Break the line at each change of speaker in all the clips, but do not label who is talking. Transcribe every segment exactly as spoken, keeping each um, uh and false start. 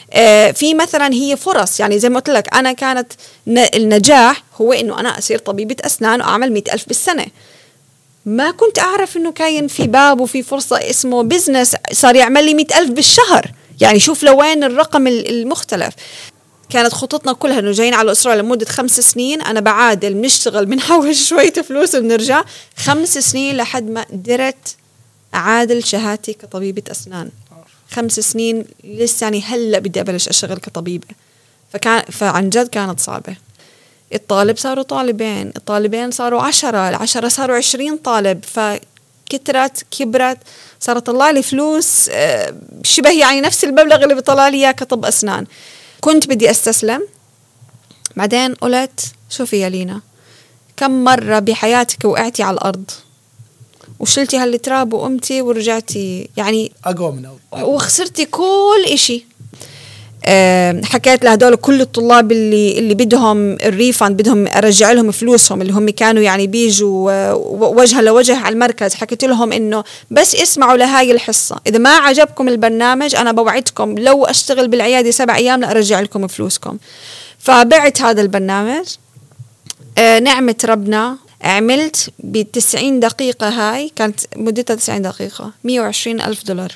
آه في مثلا هي فرص، يعني زي ما قلت لك أنا كانت النجاح هو إنه أنا أصير طبيبة أسنان وأعمل مئة ألف بالسنة. ما كنت أعرف إنه كاين في باب وفي فرصة اسمه بيزنس صار يعمل لي مئة ألف بالشهر. يعني شوف لوين الرقم المختلف. كانت خطتنا كلها إنه جايين على أستراليا لمدة خمس سنين. أنا بعادل بنشتغل بنحوش شوية فلوس وبنرجع خمس سنين لحد ما قدرت أعادل شهادتي كطبيبة أسنان. خمس سنين لسه يعني هلأ بدي أبلش أشتغل كطبيبة. فكان فعن جد كانت صعبة. الطالب صاروا طالبين، الطالبين صاروا عشرة، العشرة صاروا عشرين طالب، فكترت كبرت صارت طلع لي فلوس شبه يعني نفس المبلغ اللي بطلع لي إياه كطب أسنان. كنت بدي أستسلم، بعدين قلت شوفي يا لينا، كم مرة بحياتك وقعتي على الأرض وشلتي هالتراب وقمتي ورجعتي يعني
أقوى من أول
وخسرتي كل إشي. أه حكيت لهدول كل الطلاب اللي اللي بدهم الريفاند، بدهم أرجع لهم فلوسهم، اللي هم كانوا يعني بيجوا وجها لوجه على المركز. حكيت لهم إنه بس اسمعوا لهاي الحصة، إذا ما عجبكم البرنامج أنا بوعدكم لو أشتغل بالعيادة سبع أيام لأرجع لكم فلوسكم. فبعت هذا البرنامج. أه نعمة ربنا عملت بتسعين دقيقة، هاي كانت مدتها تسعين دقيقة، مية وعشرين ألف دولار.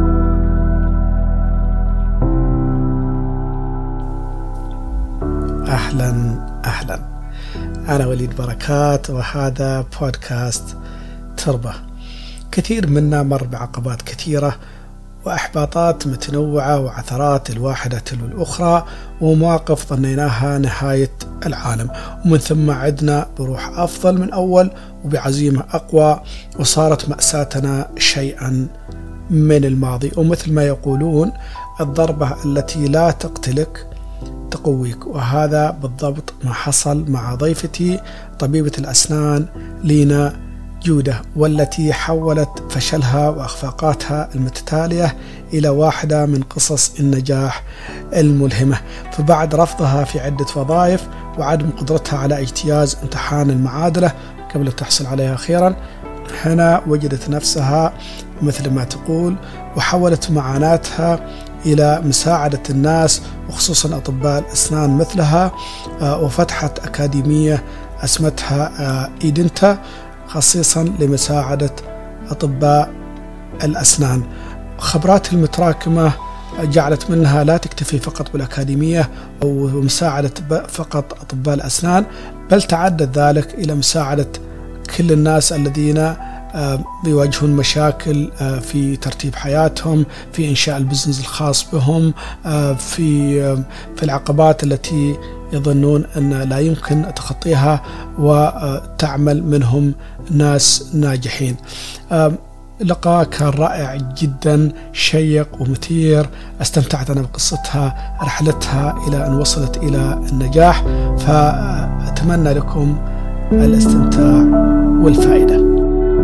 أهلا أهلا، أنا وليد بركات وهذا بودكاست تربة. كثير منا مر بعقبات كثيرة وأحباطات متنوعة وعثرات الواحدة تلو الأخرى ومواقف ظنيناها نهاية العالم، ومن ثم عدنا بروح أفضل من أول وبعزيمة أقوى، وصارت مأساتنا شيئا من الماضي. ومثل ما يقولون الضربة التي لا تقتلك تقويك، وهذا بالضبط ما حصل مع ضيفتي طبيبة الأسنان لينا جودة، والتي حولت فشلها وأخفاقاتها المتتالية إلى واحدة من قصص النجاح الملهمة. فبعد رفضها في عدة وظائف وعدم قدرتها على اجتياز امتحان المعادلة قبل تحصل عليها أخيرا، هنا وجدت نفسها مثل ما تقول، وحولت معاناتها إلى مساعدة الناس وخصوصا أطباء الأسنان مثلها، وفتحت أكاديمية اسمتها إيدنتا خصيصا لمساعدة أطباء الأسنان. خبرات المتراكمة جعلت منها لا تكتفي فقط بالأكاديمية أو مساعدة فقط أطباء الأسنان، بل تعدد ذلك إلى مساعدة كل الناس الذين بيواجهون مشاكل في ترتيب حياتهم، في إنشاء البزنس الخاص بهم، في في العقبات التي يظنون أن لا يمكن تخطيها وتعمل منهم ناس ناجحين. لقاء كان رائع جدا، شيق ومثير، استمتعت أنا بقصتها، رحلتها إلى أن وصلت إلى النجاح. فأتمنى لكم الاستمتاع والفائدة.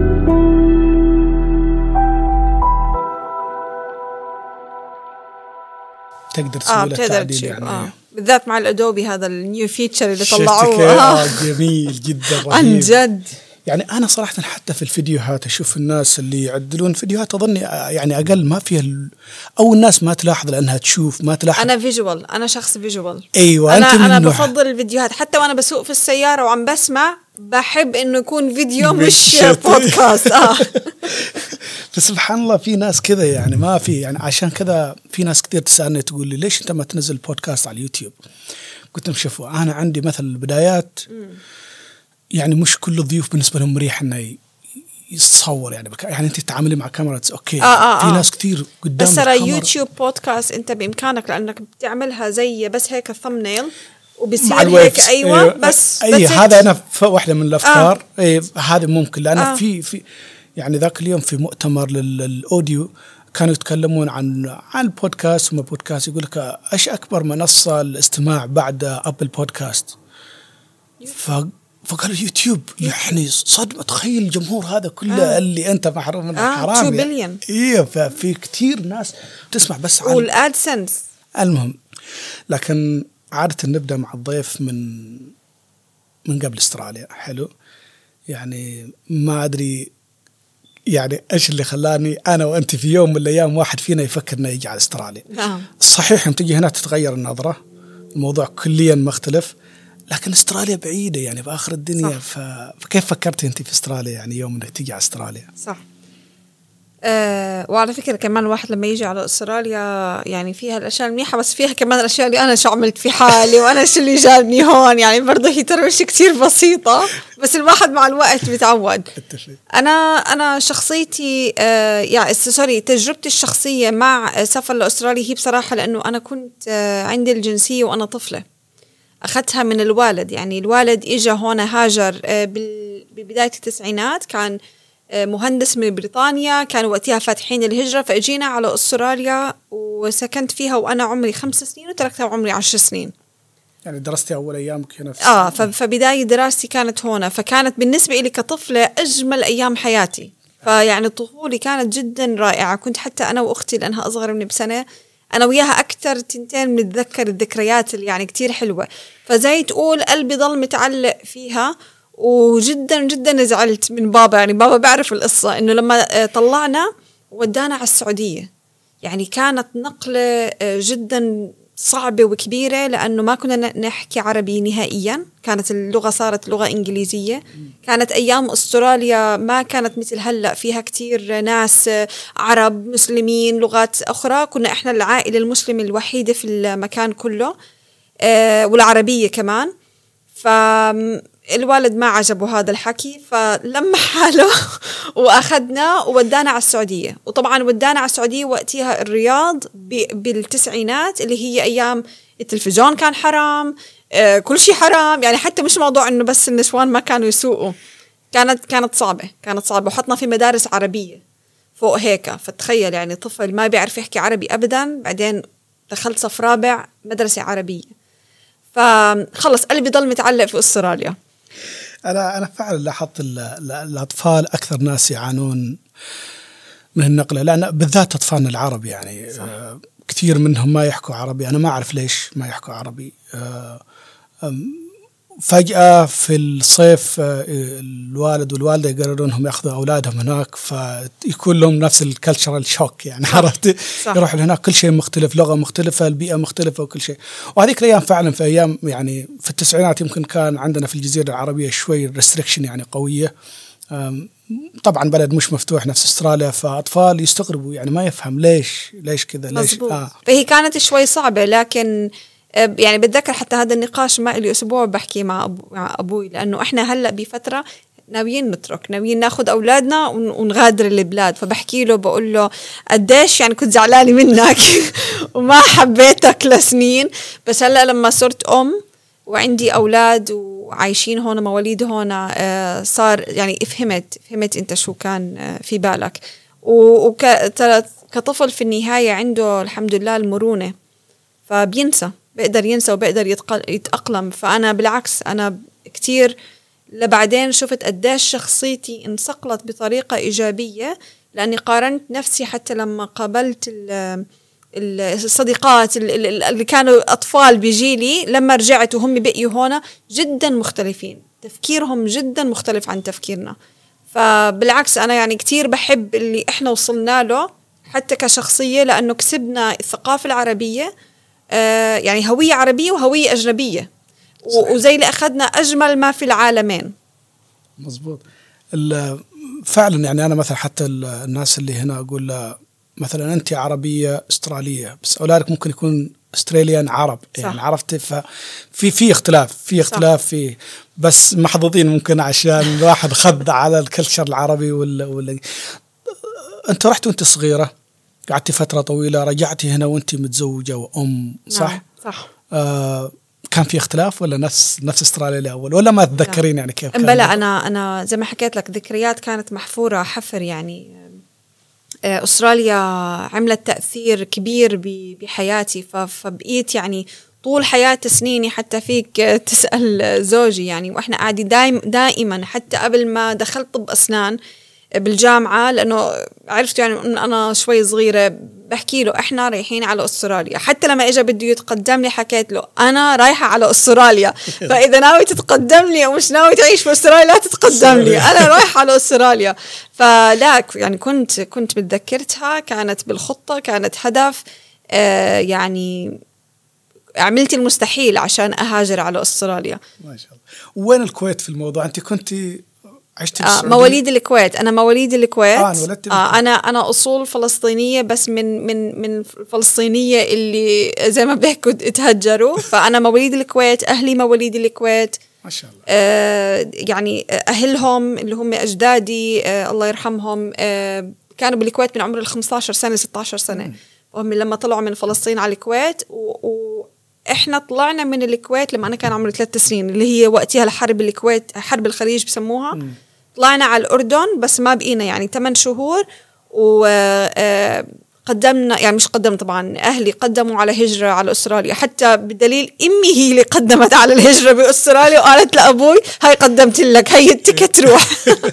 تقدر تسوي
آه
له تعديل يعني
آه. بالذات مع الأدوبي هذا النيو فيتشر اللي طلعوه.
آه جميل جدا رهيب
عن جد.
يعني أنا صراحة حتى في الفيديوهات أشوف الناس اللي يعدلون فيديوهات أظن يعني أقل ما فيها ال... أو الناس ما تلاحظ لأنها تشوف ما تلاحظ.
أنا فيجوال، أنا شخص فيجوال.
أيوة
أنا
أنت
أنا بفضل الفيديوهات، حتى وأنا بسوق في السيارة وعم بسمع بحب إنه يكون فيديو مش بودكاست. آه.
فسبحان الله في ناس كذا يعني ما في يعني عشان كذا في ناس كثير تسألني تقول لي ليش أنت ما تنزل بودكاست على اليوتيوب؟ قلت لهم شوفوا أنا عندي مثل البدايات يعني مش كل الضيوف بالنسبة لهم مريح إنه يتصور يعني بك... يعني أنت تتعاملي مع كاميرا أوكي.
آه آه
في
آه.
ناس كثير قدام
بس ترى
الكاميرا.
يوتيوب بودكاست أنت بإمكانك لأنك بتعملها زي بس هيك الثمنيل وبصير هيك. أيوة, أيوة بس
أي
بس
هذا أنا واحدة من الأفكار.
آه.
أي هذا ممكن لأن
آه.
في في يعني ذاك اليوم في مؤتمر للأوديو كانوا يتكلمون عن عن البودكاست وما بودكاست، يقول لك إيش أكبر منصة الاستماع بعد أبل بودكاست؟ ف فقال اليوتيوب. يعني صدمة، تخيل الجمهور هذا كله آه. اللي أنت محروم منه.
آه.
حرام
اثنين
يعني.
بليون.
إيه ففي كتير ناس تسمع بس عن
والأدسنس.
المهم لكن عادة نبدأ مع الضيف من من قبل استراليا. حلو يعني ما أدري يعني إيش اللي خلاني أنا وأنت في يوم من الأيام واحد فينا يفكر إنه يجي على أستراليا.
نعم.
صحيح يوم تجي هنا تتغير النظرة، الموضوع كليا مختلف، لكن أستراليا بعيدة يعني بآخر الدنيا. ف... فكيف فكرت أنت في أستراليا يعني يوم إنك تيجي على أستراليا؟
صح. أه وعلى فكرة كمان الواحد لما يجي على أستراليا يعني فيها الأشياء المنيحة، بس فيها كمان الأشياء اللي أنا شو عملت في حالي وأنا شو اللي جابني هون، يعني برضه هي ترويش كتير بسيطة، بس الواحد مع الوقت بيتعود. أنا أنا شخصيتي أه يعني سوري تجربتي الشخصية مع سفر لأستراليا هي بصراحة لأنه أنا كنت أه عندي الجنسية وأنا طفلة، أخذتها من الوالد. يعني الوالد إجا هون هاجر أه ببداية التسعينات، كان مهندس من بريطانيا، كانوا وقتها فاتحين الهجرة، فأجينا على أستراليا وسكنت فيها وأنا عمري خمس سنين وتركتها وعمري عشر سنين.
يعني درستي أول أيامك هنا في
آه فبداية دراستي كانت هنا، فكانت بالنسبة لي كطفلة أجمل أيام حياتي. فيعني طفولي كانت جدا رائعة. كنت حتى أنا وأختي لأنها أصغر مني بسنة، أنا وياها أكتر تنتين بنتذكر الذكريات اللي يعني كتير حلوة. فزي تقول قلبي ضل متعلق فيها، وجدا جدا زعلت من بابا. يعني بابا بعرف القصة إنه لما طلعنا ودانا على السعودية، يعني كانت نقلة جدا صعبة وكبيرة، لأنه ما كنا نحكي عربي نهائيا، كانت اللغة صارت لغة إنجليزية. كانت أيام أستراليا ما كانت مثل هلأ فيها كتير ناس عرب مسلمين لغات أخرى، كنا إحنا العائلة المسلمة الوحيدة في المكان كله، والعربية كمان. ف الوالد ما عجبه هذا الحكي، فلم حاله وأخذنا وودانا على السعودية. وطبعا ودانا على السعودية وقتها الرياض بالتسعينات، اللي هي أيام التلفزيون كان حرام، آه كل شيء حرام، يعني حتى مش موضوع إنه بس النسوان ما كانوا يسوقوا، كانت كانت صعبة كانت صعبة وحطنا في مدارس عربية فوق هيك. فتخيل يعني طفل ما بيعرف يحكي عربي أبدا، بعدين دخلت صف رابع مدرسة عربية. فخلص قلبي ضل متعلق في أستراليا.
أنا أنا فعلا لاحظت الأطفال أكثر ناس يعانون من النقلة، لأن بالذات أطفالنا العرب يعني صح. كثير منهم ما يحكوا عربي، أنا ما أعرف ليش ما يحكوا عربي. فجأة في الصيف الوالد والوالدة يقررون انهم ياخذوا اولادهم هناك، فيكون لهم نفس الكالتشرال شوك يعني، عرفت؟ يروح هناك كل شيء مختلف، لغة مختلفة، البيئة مختلفة وكل شيء. وهذيك الايام فعلا في ايام يعني في التسعينات يمكن كان عندنا في الجزيرة العربية شوي ريستريكشن يعني قوية. طبعا بلد مش مفتوح نفس استراليا، فاطفال يستغربوا يعني ما يفهم ليش ليش كذا ليش. آه.
فهي كانت شوي صعبة، لكن يعني بتذكر حتى هذا النقاش ما إلي أسبوع بحكي مع, أبو مع أبوي، لأنه إحنا هلأ بفترة ناويين نترك، ناويين ناخد أولادنا ونغادر البلاد. فبحكي له بقول له قديش يعني كنت زعلانة منك وما حبيتك لسنين، بس هلأ لما صرت أم وعندي أولاد وعايشين هون مواليد هون، آه صار يعني فهمت فهمت أنت شو كان آه في بالك. وكطفل في النهاية عنده الحمد لله المرونة، فبينسى بقدر ينسى وبقدر يتأقلم. فأنا بالعكس أنا كتير لبعدين شفت قديش شخصيتي انصقلت بطريقة إيجابية، لأني قارنت نفسي حتى لما قابلت الصديقات اللي كانوا أطفال بجيلي، لما رجعت وهم بقيوا هنا جدا مختلفين، تفكيرهم جدا مختلف عن تفكيرنا. فبالعكس أنا يعني كتير بحب اللي إحنا وصلنا له حتى كشخصية، لأنه كسبنا الثقافة العربية، آه يعني هوية عربية وهوية أجنبية، وزي اللي أخذنا أجمل ما في العالمين.
مزبوط. فعلا يعني أنا مثلا حتى الناس اللي هنا أقول له مثلا أنت عربية أسترالية، بس أولادك ممكن يكون أستراليان عرب يعني، عرفت؟ ففي في اختلاف في اختلاف في بس محظوظين ممكن عشان الواحد خض على الكلتشر العربي. ولا ولا أنت رحت وأنت صغيرة، قعدتي فترة طويلة، رجعتي هنا وأنت متزوجة وأم، صح؟
نعم صح.
آه كان في اختلاف ولا نفس نفس استراليا الأول، ولا ما تتذكرين يعني كيف؟
بلا أنا أنا زي ما حكيت لك ذكريات كانت محفورة حفر يعني. أستراليا عملت تأثير كبير بحياتي، فبقيت يعني طول حياة سنيني حتى فيك تسأل زوجي يعني، وإحنا قاعدين دائم دائما حتى قبل ما دخلت طب أسنان بالجامعة، لأنه عرفت يعني أنا شوي صغيرة بحكي له إحنا رايحين على أستراليا. حتى لما إجا بده يتقدم لي حكيت له أنا رايحة على أستراليا، فإذا ناوي تتقدم لي أو مش ناوي تعيش في أستراليا لا تتقدم لي، أنا رايحة على أستراليا. فلا يعني كنت كنت متذكرتها، كانت بالخطة، كانت هدف. آه يعني عملت المستحيل عشان أهاجر على أستراليا.
ما شاء الله. وين الكويت في الموضوع؟ أنت كنت عشت
آه مواليد الكويت. أنا مواليد الكويت. آه أنا, آه أنا أنا أصول فلسطينية، بس من من من الفلسطينية اللي زي ما بيحكوا تهجروا. فأنا مواليد الكويت، أهلي مواليد الكويت
ما شاء الله.
آه يعني أهلهم اللي هم أجدادي آه الله يرحمهم آه كانوا بالكويت من عمر الخمسة عشر سنة ستة عشر سنة، وهم لما طلعوا من فلسطين على الكويت. و إحنا طلعنا من الكويت لما أنا كان عمري ثلاث سنين، اللي هي وقتها الحرب الكويت، حرب الخليج بسموها. م. طلعنا على الأردن بس ما بقينا يعني ثمان شهور، وقدمنا يعني مش قدمنا طبعا، أهلي قدموا على هجرة على أستراليا، حتى بدليل أمي هي اللي قدمت على الهجرة بأستراليا وقالت لأبوي هاي قدمت لك، هي التيكت روح.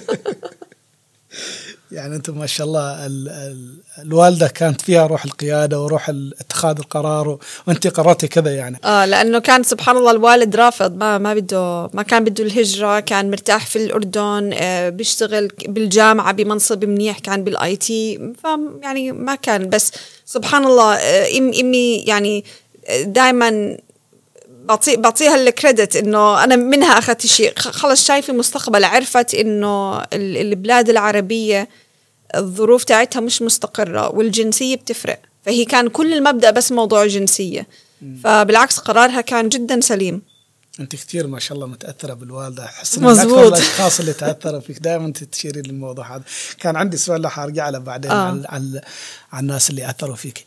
يعني أنتم ما شاء الله ال ال الوالدة كانت فيها روح القيادة وروح اتخاذ القرار، وأنت قررتي كذا يعني.
آه لأنه كان سبحان الله الوالد رافض، ما ما بده ما كان بده الهجرة، كان مرتاح في الأردن، آه بيشتغل بالجامعة بمنصب منيح كان بالاي تي، فيعني ما كان. بس سبحان الله آه أم أمي يعني دائما بعطي بعطيها الكريدت إنه أنا منها أخذت شيء، خلص شايفة مستقبل، عرفت إنه البلاد العربية الظروف تاعتها مش مستقرة والجنسية بتفرق، فهي كان كل المبدأ بس موضوع الجنسية. م. فبالعكس قرارها كان جدا سليم.
أنت كثير ما شاء الله متأثرة بالوالدة، حسنا
مزبوط.
أكثر الأشخاص اللي تأثروا فيك دائما تشيري للموضوع هذا. كان عندي سؤال لا حارجع له بعدين آه. عن, عن, عن الناس اللي أثروا فيك.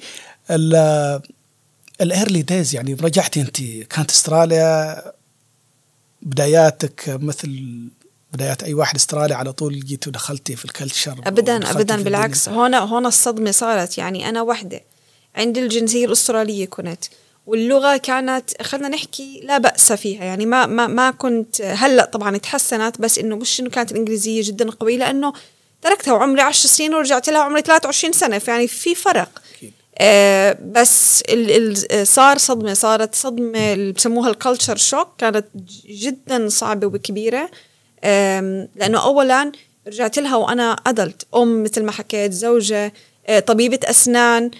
الإيرلي دايز يعني رجعتي أنت، كانت أستراليا بداياتك مثل بدايات أي واحد أسترالي، على طول جيت ودخلتي في الكلتشر؟
أبدا أبدا بالعكس، هنا هنا الصدمة صارت. يعني أنا وحدة عندي الجنسية الأسترالية كنت، واللغة كانت خلنا نحكي لا بأس فيها، يعني ما ما ما كنت هلأ طبعا تحسنت، بس إنه مش إنه كانت الإنجليزية جدا قوية، لأنه تركتها وعمري عشر سنين ورجعت لها وعمري ثلاثة وعشرين سنة، فيعني في فرق. آه بس ال ال صار صدمة، صارت صدمة اللي بسموها الكالتشر شوك، كانت جدا صعبة وكبيرة. لأنه أولا رجعت لها وأنا أدلت، أم مثل ما حكيت، زوجة، آه طبيبة أسنان،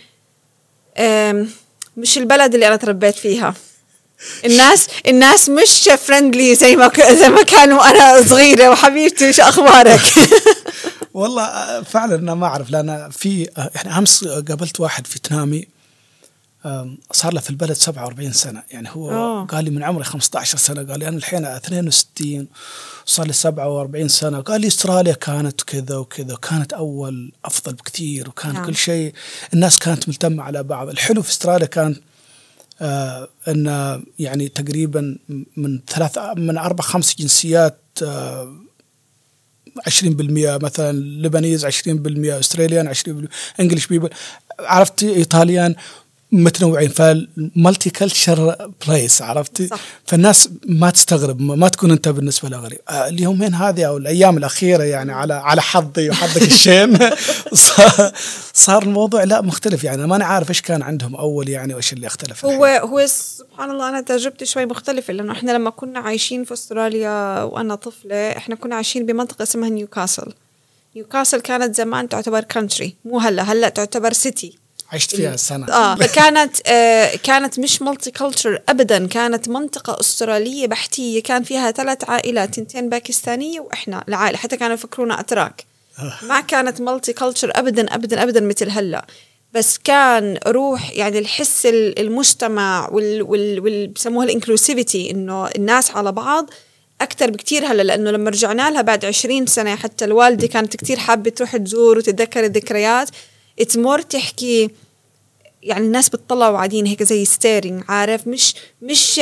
مش البلد اللي أنا تربيت فيها. الناس الناس مش فريندلي زي ما زي ما كانوا أنا صغيرة. وحبيبتي شو أخبارك؟
والله فعلا أنا ما أعرف، لأن في إحنا أمس قابلت واحد فيتنامي صار له في البلد سبعة وأربعين سنة، يعني هو أوه. قال لي من عمري خمسة عشر سنة، قال لي أنا الحين اثنين وستين صار لي سبعة وأربعين سنة، قال لي أستراليا كانت كذا وكذا، كانت أول أفضل بكتير، وكان نعم. كل شيء الناس كانت ملتمة على بعض. الحلو في أستراليا كان آه أن يعني تقريبا من ثلاث من أربع خمس جنسيات، آه عشرين بالمئة مثلا لبنانيز، عشرين بالمئة أستراليان، عشرين بالمئة إنجليش بيبل، عرفت، إيطاليان، متنوعين. فالمالتي كلتشر بليس، عرفتي؟ صح. فالناس ما تستغرب، ما تكون أنت بالنسبة لها غريب. آه اليومين هذه أو الأيام الأخيرة يعني على على حظي وحظك الشين صار, صار الموضوع لا مختلف، يعني ما أنا عارف إيش كان عندهم أول يعني وإيش اللي اختلف.
هو هو سبحان الله أنا تجربتي شوي مختلفة، لأنه إحنا لما كنا عايشين في أستراليا وأنا طفلة، إحنا كنا عايشين بمنطقة اسمها نيوكاسل. نيوكاسل كانت زمان تعتبر كانتري، مو هلا هلا تعتبر سيتي،
عشت فيها سنة.
آه فكانت آه كانت مش مالتي كلتشر أبدا، كانت منطقة أسترالية بحتية، كان فيها ثلاث عائلات، تنتين باكستانية وإحنا العائلة، حتى كانوا يفكرونا أتراك. ما كانت مالتي كلتشر أبدا أبدا أبدا مثل هلا، بس كان روح يعني الحس المجتمع وال وال وال بسموها الانكلوسيفيتي، إنه الناس على بعض أكتر بكتير هلا. لأنه لما رجعنا لها بعد عشرين سنة، حتى الوالدة كانت كتير حابة تروح تزور وتتذكر الذكريات. إتمور تحكي يعني الناس بتطلعوا وعادين هيك زي ستيرينج، عارف، مش مش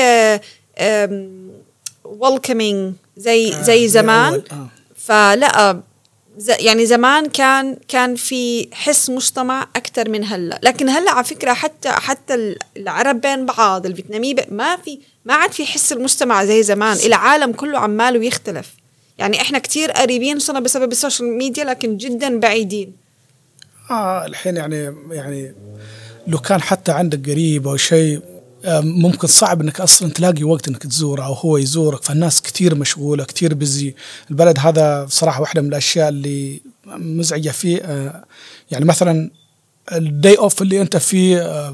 welcoming زي آه زي زمان. آه. فلا يعني زمان كان كان في حس مجتمع أكتر من هلا، لكن هلا على فكرة حتى حتى العرب بين بعض، الفيتنامي ما في ما عاد في حس المجتمع زي زمان. العالم كله عماله يختلف، يعني إحنا كتير قريبين صرنا بسبب السوشيال ميديا لكن جدا بعيدين.
آه الحين يعني يعني لو كان حتى عندك قريب أو شيء ممكن صعب انك اصلا تلاقي وقت انك تزوره او هو يزورك، فالناس كتير مشغوله كتير بزي. البلد هذا صراحه واحده من الاشياء اللي مزعجه فيه. يعني مثلا الداي اوف اللي انت فيه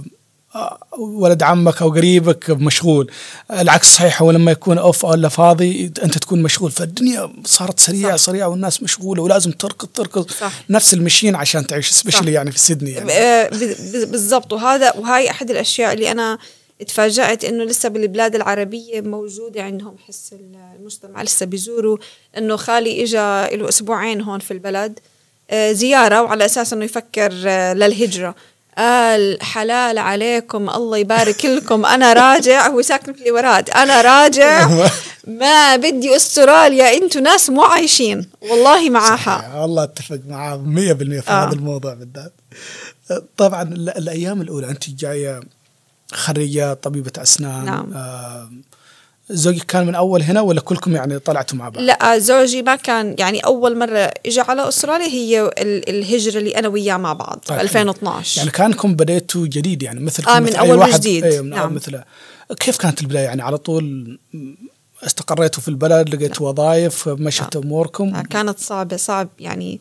ولد عمك او قريبك مشغول، العكس صحيح، ولما يكون اوف ولا فاضي انت تكون مشغول. فالدنيا صارت سريعه صح. سريعه والناس مشغوله ولازم تركض تركض صح. نفس المشين عشان تعيش سبيشلي يعني في سيدني يعني.
بالضبط. وهذا وهاي احد الاشياء اللي انا اتفاجأت إنه لسه بالبلاد العربية موجودة عندهم حس المجتمع لسه بيزوروا. إنه خالي إجا له أسبوعين هون في البلد زيارة وعلى أساس إنه يفكر للهجرة، قال حلال عليكم الله يبارك لكم أنا راجع. هو ساكن في الإمارات، أنا راجع ما بدي أستراليا، أنتوا ناس مو عايشين. والله معاه حق
والله اتفق معاه مية بالمية في آه. هذا الموضوع بالذات. طبعا الأيام الأولى أنت جاية خريجة طبيبة أسنان.
نعم.
آه زوجك كان من أول هنا ولا كلكم يعني طلعتوا مع بعض؟
لا زوجي ما كان، يعني أول مرة إجا على أستراليا هي الهجرة اللي أنا وياه مع بعض في ألفين واثناشر.
يعني كانكم بديتوا جديد يعني مثل
آه من
مثل
أول
واحد
جديد.
أي نعم. مثله. كيف كانت البداية يعني على طول استقريتوا في البلد لقيتوا وظائف مشت أموركم؟
كانت صعبة صعب يعني.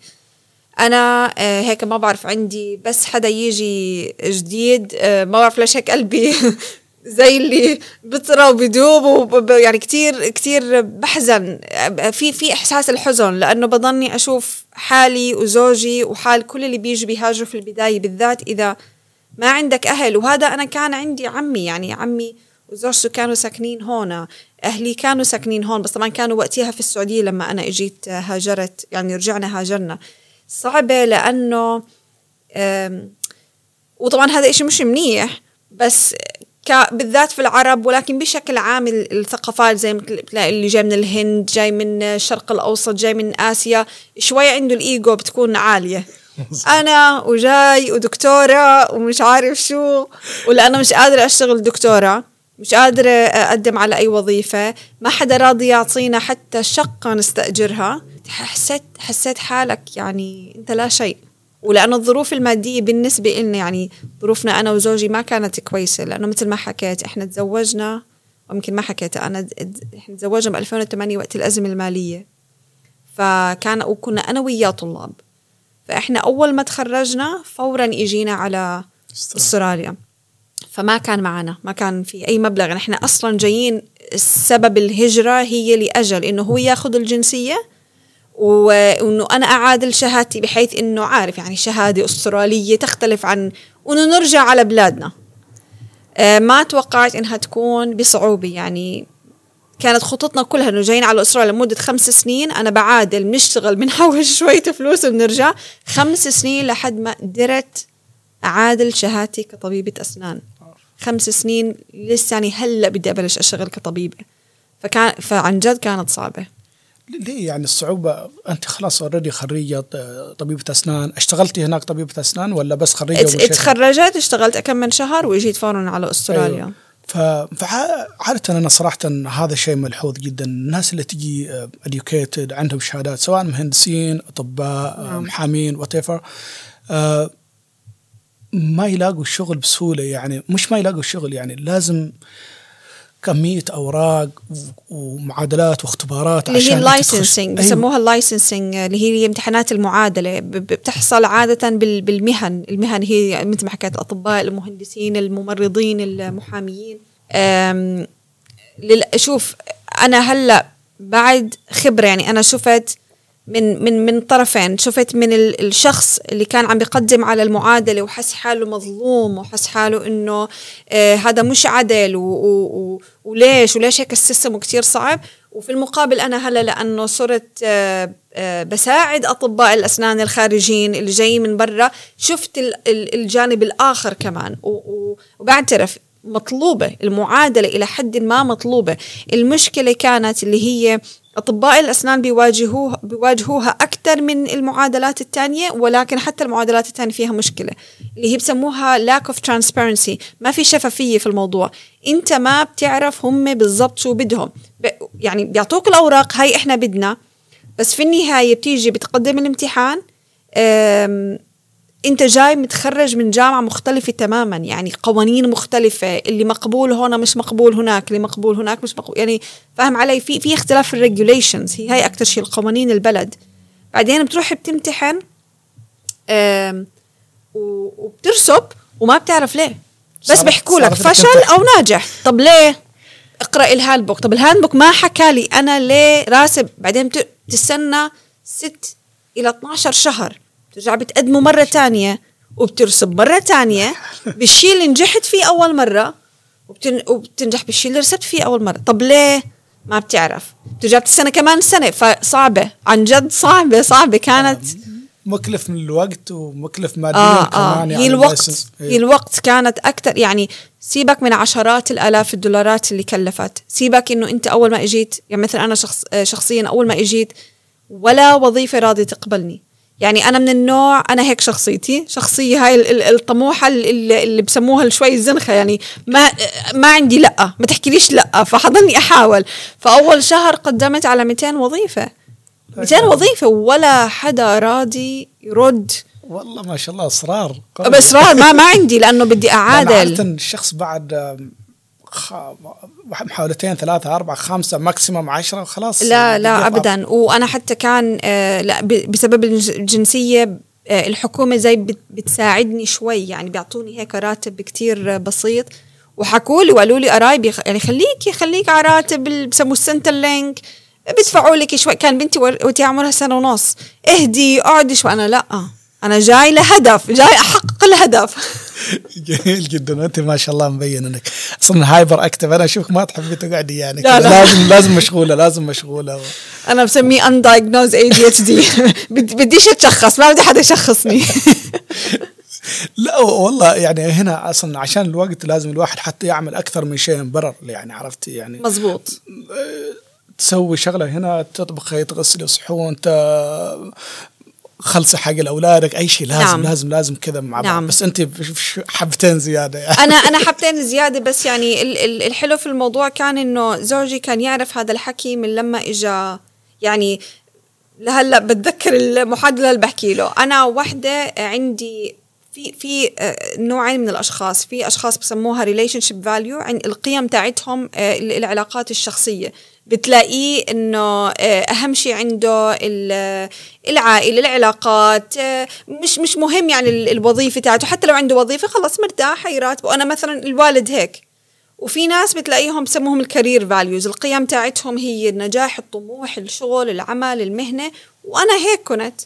أنا هيك ما بعرف، عندي بس حدا يجي جديد ما بعرف ليش هيك قلبي زي اللي بطرى وبدوب، يعني كتير كتير بحزن في في إحساس الحزن، لأنه بضني أشوف حالي وزوجي وحال كل اللي بيجوا بيهاجروا في البداية، بالذات إذا ما عندك أهل. وهذا أنا كان عندي عمي، يعني عمي وزوجته كانوا ساكنين هون، أهلي كانوا ساكنين هون، بس طبعا كانوا وقتها في السعودية لما أنا إجيت هاجرت، يعني رجعنا هاجرنا. صعبة لأنه وطبعا هذا إشي مش منيح، بس بالذات في العرب، ولكن بشكل عام الثقافات زي اللي جاي من الهند، جاي من الشرق الأوسط، جاي من آسيا، شوي عنده الإيجو بتكون عالية. أنا وجاي ودكتورة ومش عارف شو، ولأنه مش قادرة أشتغل دكتورة، مش قادرة أقدم على أي وظيفة، ما حدا راضي يعطينا حتى شقة نستأجرها. حسيت حسيت حالك يعني أنت لا شيء. ولأنه الظروف المادية بالنسبة لنا، يعني ظروفنا أنا وزوجي ما كانت كويسة، لأنه مثل ما حكيت إحنا تزوجنا، ويمكن ما حكيت أنا إحنا تزوجنا بألفين وثمانية وقت الأزمة المالية، فكان وكنا أنا وياه طلاب، فإحنا أول ما تخرجنا فورا إجينا على أستراليا، فما كان معنا ما كان في أي مبلغ. إحنا أصلا جايين السبب الهجرة هي لأجل إنه هو ياخذ الجنسية، وإنه أنا أعادل شهادتي بحيث إنه عارف يعني شهادة أسترالية تختلف عن إنه نرجع على بلادنا. آه ما توقعت إنها تكون بصعوبة، يعني كانت خطتنا كلها إنه جايين على أستراليا لمدة خمس سنين. أنا بعادل بنشتغل بنحوش شوية فلوس وبنرجع خمس سنين لحد ما قدرت أعادل شهادتي كطبيبة أسنان. خمس سنين لسه يعني هلأ بدي أبلش أشتغل كطبيبة، فكان فعن جد كانت صعبة.
ليه يعني الصعوبة؟ أنت خلاص أوريدي خريجة طبيبة أسنان، اشتغلتي هناك طبيبة أسنان ولا بس خريجة؟
اتخرجت اشتغلت كم من شهر وإجيت فورا على أستراليا.
أيوه. فعادة أنا صراحة هذا شيء ملحوظ جدا، الناس اللي تجي educated عندهم شهادات سواء مهندسين أطباء نعم. محامين whatever، آه ما يلاقوا الشغل بسهولة. يعني مش ما يلاقوا الشغل، يعني لازم كمية أوراق ومعادلات واختبارات
اللي هي اللايسنسينج بسموها اللايسنسينج، اللي هي امتحانات المعادلة بتحصل عادة بالمهن. المهن هي مثل ما حكيت الأطباء، المهندسين، الممرضين، المحاميين. شوف أنا هلأ بعد خبرة، يعني أنا شفت من من من طرفين، شفت من الشخص اللي كان عم بيقدم على المعادلة وحس حاله مظلوم وحس حاله إنه آه هذا مش عدل و و وليش وليش هيك السيستم كتير صعب. وفي المقابل أنا هلا لأنه صرت آه آه بساعد أطباء الأسنان الخارجين اللي جايين من برا، شفت الجانب الآخر كمان، وبعترف مطلوبة المعادلة إلى حد ما مطلوبة. المشكلة كانت اللي هي أطباء الأسنان بيواجهوها بيواجهوها أكثر من المعادلات التانية، ولكن حتى المعادلات التانية فيها مشكلة اللي هي بسموها lack of transparency، ما في شفافية في الموضوع. أنت ما بتعرف هم بالضبط شو بدهم، يعني بيعطوك الأوراق هاي إحنا بدنا، بس في النهاية بتيجي بتقدم الامتحان، انت جاي متخرج من جامعة مختلفة تماما، يعني قوانين مختلفة، اللي مقبول هنا مش مقبول هناك، اللي مقبول هناك مش مقبول، يعني فاهم علي؟ في في اختلاف في الريجوليشنز، هي هاي اكتر شيء القوانين البلد. بعدين بتروح بتمتحن وبترسب وما بتعرف ليه، بس بيحكوا لك فشل او ناجح. طب ليه؟ اقرأ الهاندبوك. طب الهاندبوك ما حكى لي انا ليه راسب. بعدين بتستنى ست الى اثناشر شهر، ترجع بتقدمه مرة تانية وبترسب مرة تانية بالشيء اللي نجحت فيه أول مرة، وبتن... وبتنجح بالشيء اللي رسبت فيه أول مرة. طب ليه؟ ما بتعرف. ترجع السنة كمان سنة. فصعبة عن جد، صعبة صعبة كانت،
مكلف من الوقت ومكلف ماديا
آه
كمان.
آه هي الوقت هي الوقت كانت أكتر. يعني سيبك من عشرات الآلاف الدولارات اللي كلفت، سيبك إنه أنت أول ما إجيت، يعني مثلا أنا شخص شخصيا أول ما إجيت ولا وظيفة راضية تقبلني. يعني أنا من النوع، أنا هيك شخصيتي، شخصية هاي الطموحة اللي, اللي بسموها شوي الزنخة، يعني ما ما عندي لأ، ما تحكيليش لأ، فحضني أحاول. فأول شهر قدمت على مئتين وظيفة، مئتين وظيفة ولا حدا راضي يرد.
والله ما شاء الله إصرار
بإصرار ما ما عندي، لأنه بدي أعادل.
عادة الشخص بعد محاولتين ثلاثة أربعة خمسة ماكسيموم عشرة وخلاص.
لا لا أبدا. وأنا حتى كان آه لا بسبب الجنسية آه الحكومة زي بتساعدني شوي، يعني بيعطوني هيك راتب كتير بسيط، وحكولي وقالوا لي قرايبي يعني خليكي خليك على راتب بسموه السنتر لينك، بدفعوا لك شوي. كان بنتي وتي عمرها سنة ونص، اهدي اقعدي شوي. أنا لا، أنا جاي لهدف، جاي أحقق الهدف.
جميل جدا. أنت ما شاء الله مبين أنك أصلا هايبر أكتف. أنا أشوفك ما تحبي تقعدي يعني.
لا لا.
لازم لازم مشغولة لازم مشغولة.
أنا بسميه undiagnosed إيه دي إتش دي. بديش أتشخص، ما بدي حدا يشخصني.
لا والله يعني هنا أصلا عشان الوقت لازم الواحد حتى يعمل أكثر من شيء برر، يعني عرفتي يعني.
مزبوط.
تسوي شغلة هنا، تطبخي، تغسلي صحون، خلصي حق الأولادك، أي شيء لازم
نعم.
لازم لازم كذا مع بعض.
نعم.
بس أنت حبتين زيادة يعني.
أنا أنا حبتين زيادة. بس يعني الحلو في الموضوع كان إنه زوجي كان يعرف هذا الحكي من لما إجا. يعني لهلا بتذكر المحاضرة اللي بحكي له. أنا واحدة عندي في في نوعين من الأشخاص. في أشخاص بسموها relationship value، عن القيم تاعتهم العلاقات الشخصية، بتلاقيه إنه أهم شيء عنده العائلة، العلاقات، مش مش مهم يعني الوظيفة تاعته. حتى لو عنده وظيفة خلاص مرتاح يراتبه. أنا مثلا الوالد هيك. وفي ناس بتلاقيهم بسموهم الكارير فاليوز، القيم تاعتهم هي النجاح، الطموح، الشغل، العمل، المهنة. وأنا هيك كنت.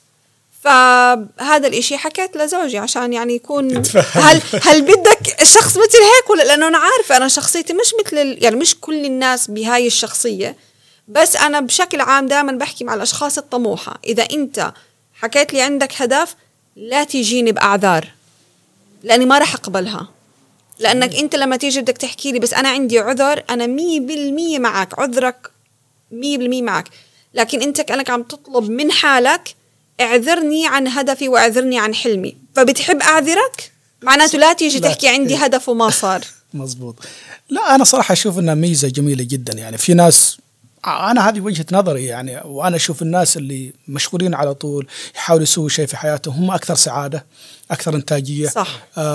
فهذا الاشي حكيت لزوجي عشان يعني يكون هل هل بدك شخص مثل هيك ولا، لانه انا عارفه انا شخصيتي مش مثل، يعني مش كل الناس بهاي الشخصيه. بس انا بشكل عام دائما بحكي مع الاشخاص الطموحه، اذا انت حكيت لي عندك هدف لا تيجيني باعذار، لاني ما راح اقبلها. لانك انت لما تيجي بدك تحكي لي بس انا عندي عذر، انا مية بالمية معك، عذرك مية بالمية معك. لكن انت كأنك عم تطلب من حالك اعذرني عن هدفي واعذرني عن حلمي، فبتحب اعذرك معناته لا تيجي لا تحكي عندي هدف وما صار.
مزبوط. لا أنا صراحة أشوف أنها ميزة جميلة جدا. يعني في ناس، أنا هذه وجهة نظري يعني، وأنا أشوف الناس اللي مشغولين على طول يحاولوا يسووا شيء في حياتهم هم أكثر سعادة، أكثر إنتاجية.
صح.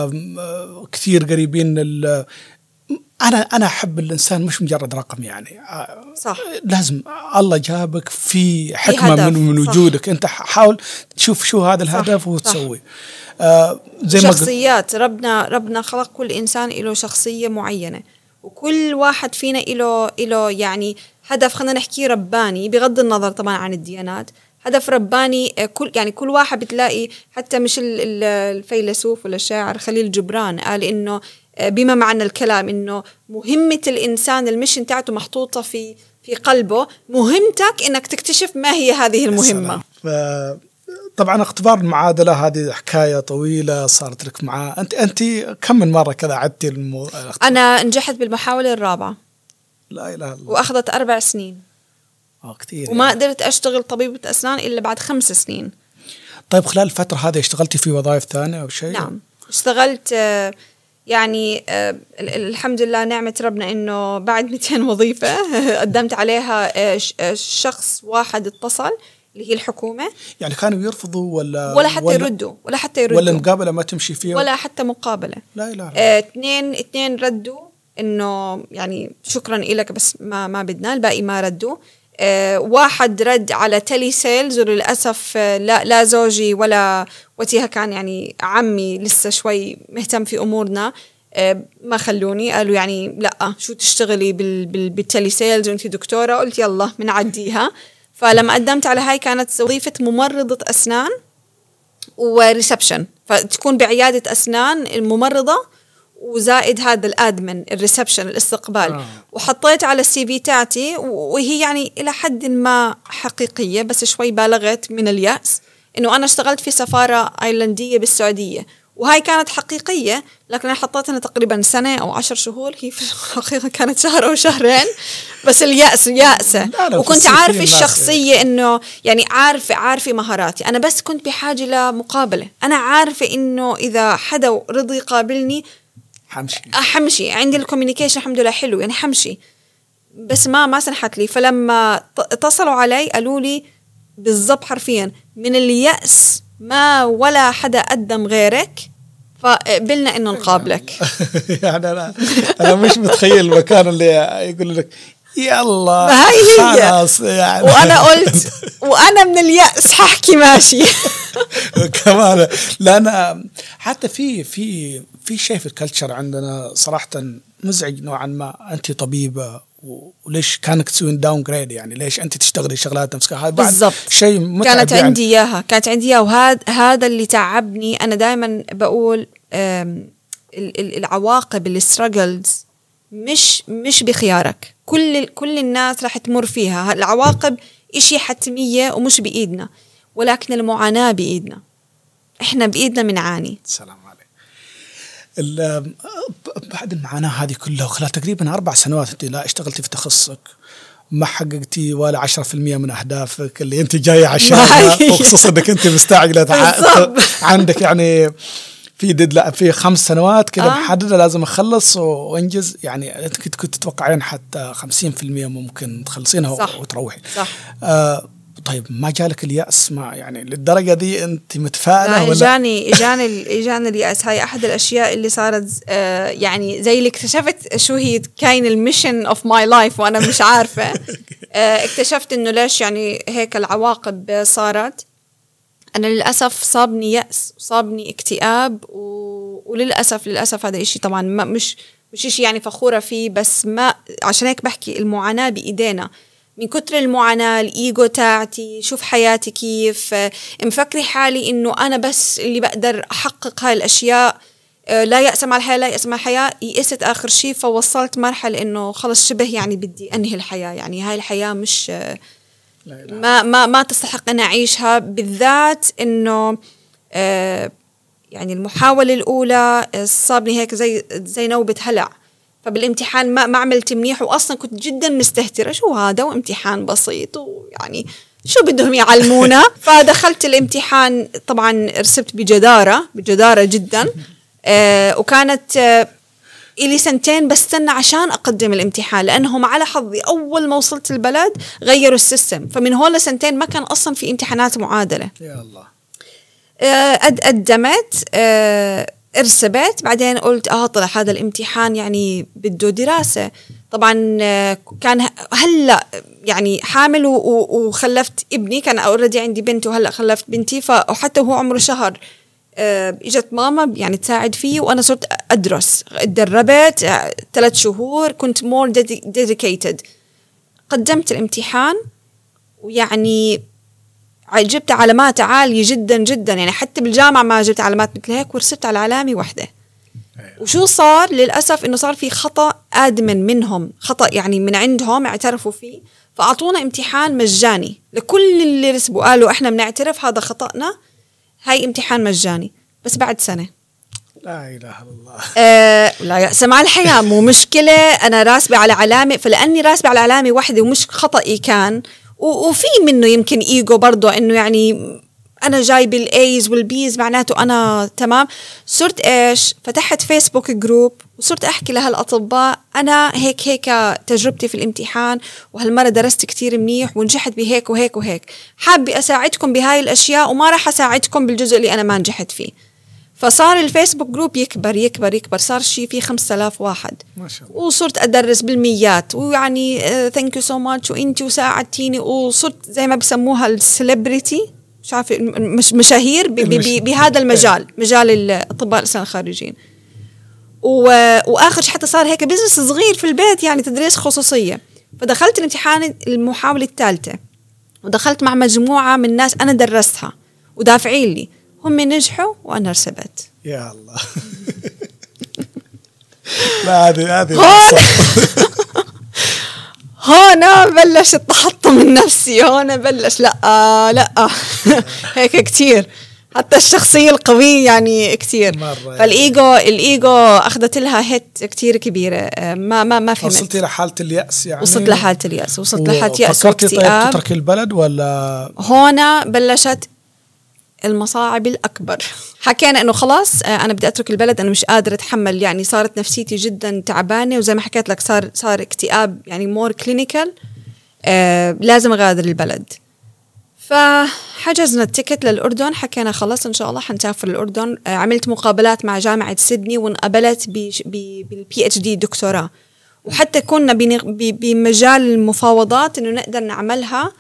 كثير قريبين ال أنا أنا أحب الإنسان مش مجرد رقم يعني.
صح.
لازم الله جابك في حكمة من, من وجودك. أنت حاول تشوف شو هذا الهدف وتسوي.
آه زي شخصيات ما ربنا ربنا خلق كل إنسان له شخصية معينة، وكل واحد فينا له له يعني هدف. خلينا نحكي رباني بغض النظر طبعا عن الديانات. هدف رباني كل يعني كل واحد بتلاقي. حتى مش الفيلسوف ولا الشاعر خليل جبران قال إنه بما معنى الكلام إنه مهمة الإنسان المشن تاعته محطوطة في في قلبه، مهمتك إنك تكتشف ما هي هذه المهمة.
طبعا اختبار المعادلة هذه حكاية طويلة صارت لك معاه. أنت أنت كم من مرة كذا عدتي المو...
أنا نجحت بالمحاولة الرابعة.
لا إله إلا الله.
وأخذت أربع سنين.
آه كتير.
وما يعني. قدرت أشتغل طبيبة أسنان إلا بعد خمس سنين.
طيب خلال الفترة هذه اشتغلتي في وظائف ثانية أو شيء؟
نعم اشتغلت يعني الحمد لله نعمة ربنا إنه بعد مئتين وظيفة قدمت عليها شخص واحد اتصل اللي هي الحكومة.
يعني كانوا يرفضوا ولا
ولا حتى
ولا
يردوا ولا حتى يردوا
ولا مقابلة ما تمشي فيها
ولا حتى مقابلة.
لا لا, لا.
اه اثنين اثنين ردوا إنه يعني شكرا إلك بس ما ما بدنا، الباقي ما ردوا. اه واحد رد على تيلي سيلز وللأسف لا لا زوجي ولا وتيها كان يعني عمي لسه شوي مهتم في أمورنا، اه ما خلوني، قالوا يعني لا شو تشتغلي بال بال بالتيلي سيلز وانتي دكتورة. قلت يلا منعديها. فلما قدمت على هاي كانت وظيفة ممرضة أسنان وريسبشن، فتكون بعيادة أسنان الممرضة وزائد هذا الادمن الريسبشن الاستقبال. آه. وحطيت على السي في تاعتي وهي يعني الى حد ما حقيقيه، بس شوي بالغت من اليأس انه انا اشتغلت في سفاره ايرلنديه بالسعوديه، وهاي كانت حقيقيه، لكن انا حطيتها تقريبا سنه او عشر شهور، هي في الحقيقه كانت شهر او شهرين. بس اليأس يأسه. وكنت عارفه الشخصيه انه يعني عارفه عارفه مهاراتي انا، بس كنت بحاجه لمقابله. انا عارفه انه اذا حدا رضي يقابلني
حمشي
حمشي عندي الكوميونيكيشن الحمد لله حلو يعني حمشي، بس ما ما سنحت لي. فلما اتصلوا علي قالوا لي بالضبط حرفيا من اليأس ما ولا حدا قدم غيرك، فقبلنا انه نقابلك.
يعني انا انا مش متخيل المكان اللي يقول لك يلا
خلاص يعني. وانا قلت وانا من اليأس ححكي ماشي.
كمان لأن حتى في في في شيء في الكلتشر عندنا صراحة مزعج نوعا ما. أنت طبيبة وليش كانك تسوين داون جريد؟ يعني ليش أنت تشتغلي شغلات نفسك؟ هذا بعد شيء متعب.
كانت يعني. عندي إياها كانت عندي إياها وهذا هذا اللي تعبني. أنا دائما بقول العواقب الستراجلز مش مش بخيارك، كل كل الناس راح تمر فيها. العواقب إشي حتمية ومش بإيدنا، ولكن المعاناة بإيدنا. إحنا بإيدنا منعاني.
السلام عليك. بعد المعاناة هذه كلها وخلال تقريبا أربع سنوات أنت لا اشتغلتي في تخصصك، ما حققتي ولا عشرة في المية من أهدافك اللي أنت جاية عشانها، وخصوصا أنك أنت مستعجلة عندك يعني في ديدلاين في خمس سنوات كده آه. محددة لازم أخلص وأنجز. يعني أنت كنت كنت تتوقعين حتى خمسين في المية ممكن تخلصينها صح. وتروحي
صح.
آه طيب ما جالك اليأس؟ ما يعني للدرجة دي أنت متفائلة ولا؟
إجاني إجاني إجاني اليأس. هاي أحد الأشياء اللي صارت آه يعني زي اللي اكتشفت شو هي كاين الميشن أوف ماي لايف وأنا مش عارفة. آه اكتشفت إنه ليش يعني هيك العواقب صارت. أنا للأسف صابني يأس، صابني اكتئاب، و... وللأسف للأسف هذا إشي طبعا ما مش مش إشي يعني فخورة فيه، بس ما عشان هيك بحكي المعاناة بإيدينا. من كتر المعاناة الإيجو تاعتي، شوف حياتي كيف مفكري حالي إنه أنا بس اللي بقدر أحقق هاي الأشياء. لا يأس مع الحياة، لا يأس مع الحياة. يئست آخر شيء، فوصلت مرحلة إنه خلص شبه يعني بدي أنهي الحياة. يعني هاي الحياة مش ما ما ما تستحق أن أعيشها، بالذات إنه آه يعني المحاولة الأولى صابني هيك زي زي نوبة هلع. فبالامتحان ما ما عملت منيح، وأصلا كنت جدا مستهترة شو هذا وامتحان بسيط ويعني شو بدهم يعلمونا. فدخلت الامتحان طبعا رسبت بجدارة بجدارة جدا. آه وكانت آه إلي سنتين بستنى عشان أقدم الامتحان، لأنهم على حظي أول ما وصلت البلد غيروا السيستم، فمن هون لسنتين ما كان أصلا في امتحانات معادلة.
يا الله.
أد قدمت أه ارسبت، بعدين قلت آه طلع هذا الامتحان يعني بده دراسة. طبعا آه كان هلأ يعني حامل وخلفت ابني، كان أوريدي عندي بنت وهلأ خلفت بنتي، وحتى هو عمره شهر آه إجت ماما يعني تساعد فيه، وأنا صرت أدرس. اتدربت آه ثلاث شهور، كنت more dedicated. قدمت الامتحان ويعني جبت علامات عالية جدا جدا، يعني حتى بالجامعة ما جبت علامات مثل هيك، ورسبت على علامة واحدة. وشو صار للأسف إنه صار في خطأ آدمن منهم، خطأ يعني من عندهم اعترفوا فيه، فأعطونا امتحان مجاني لكل اللي رسبوا. قالوا إحنا بنعترف هذا خطأنا، هاي امتحان مجاني. بس بعد سنة
لا إله إلا الله.
آه لا يأس مع الحياة، مو مشكلة أنا راسبة على علامة، فلأني راسبة على علامة واحدة ومش خطأي كان، وفي منه يمكن إيجو برضو إنه يعني أنا جايب الأيز والبيز معناته أنا تمام. صرت إيش فتحت فيسبوك جروب وصرت أحكي لهالأطباء أنا هيك هيك تجربتي في الامتحان وهالمرة درست كتير منيح ونجحت بهيك وهيك وهيك، حابة أساعدكم بهاي الأشياء وما راح أساعدكم بالجزء اللي أنا ما نجحت فيه. فصار الفيسبوك جروب يكبر يكبر يكبر، صار شيء فيه خمسة آلاف واحد
ما شاء الله.
وصرت أدرس بالميات ويعني ثانك يو سو ماتش وإنتي وساعدتيني، وصرت زي ما بسموها السليبريتي مش عارفة مش مشاهير بهذا المجال، مجال الأطباء الأسنان الخارجيين. وآخر حتى صار هيك بزنس صغير في البيت يعني تدريس خصوصية. فدخلت الامتحان المحاولة الثالثة ودخلت مع مجموعة من الناس أنا درستها ودافعين لي، هم نجحوا وأنا رسبت.
يا الله. لا هذه هذه
هون هون بلش التحطم النفسي، هون بلش لا آه لا هيك كتير، حتى الشخصية القوية يعني كتير. فالإيجو الإيجو أخذت لها هيت كتير كبيرة، ما ما ما فهمت.
وصلت إلى حالة اليأس يعني.
وصلت لحالة اليأس، وصلت لحالة يأس
واكتئاب. طيب تترك البلد ولا؟
هنا بلشت المصاعب الأكبر. حكينا إنه خلاص أنا بدي أترك البلد، أنا مش قادرة أتحمل، يعني صارت نفسيتي جدا تعبانة، وزي ما حكيت لك صار صار اكتئاب يعني مور كلينيكال، آه لازم أغادر البلد. فحجزنا التيكت للأردن، حكينا خلاص إن شاء الله حنسافر الأردن. آه عملت مقابلات مع جامعة سيدني وانقبلت بالبي اتش دي دكتوراه، وحتى كنا بمجال المفاوضات إنه نقدر نعملها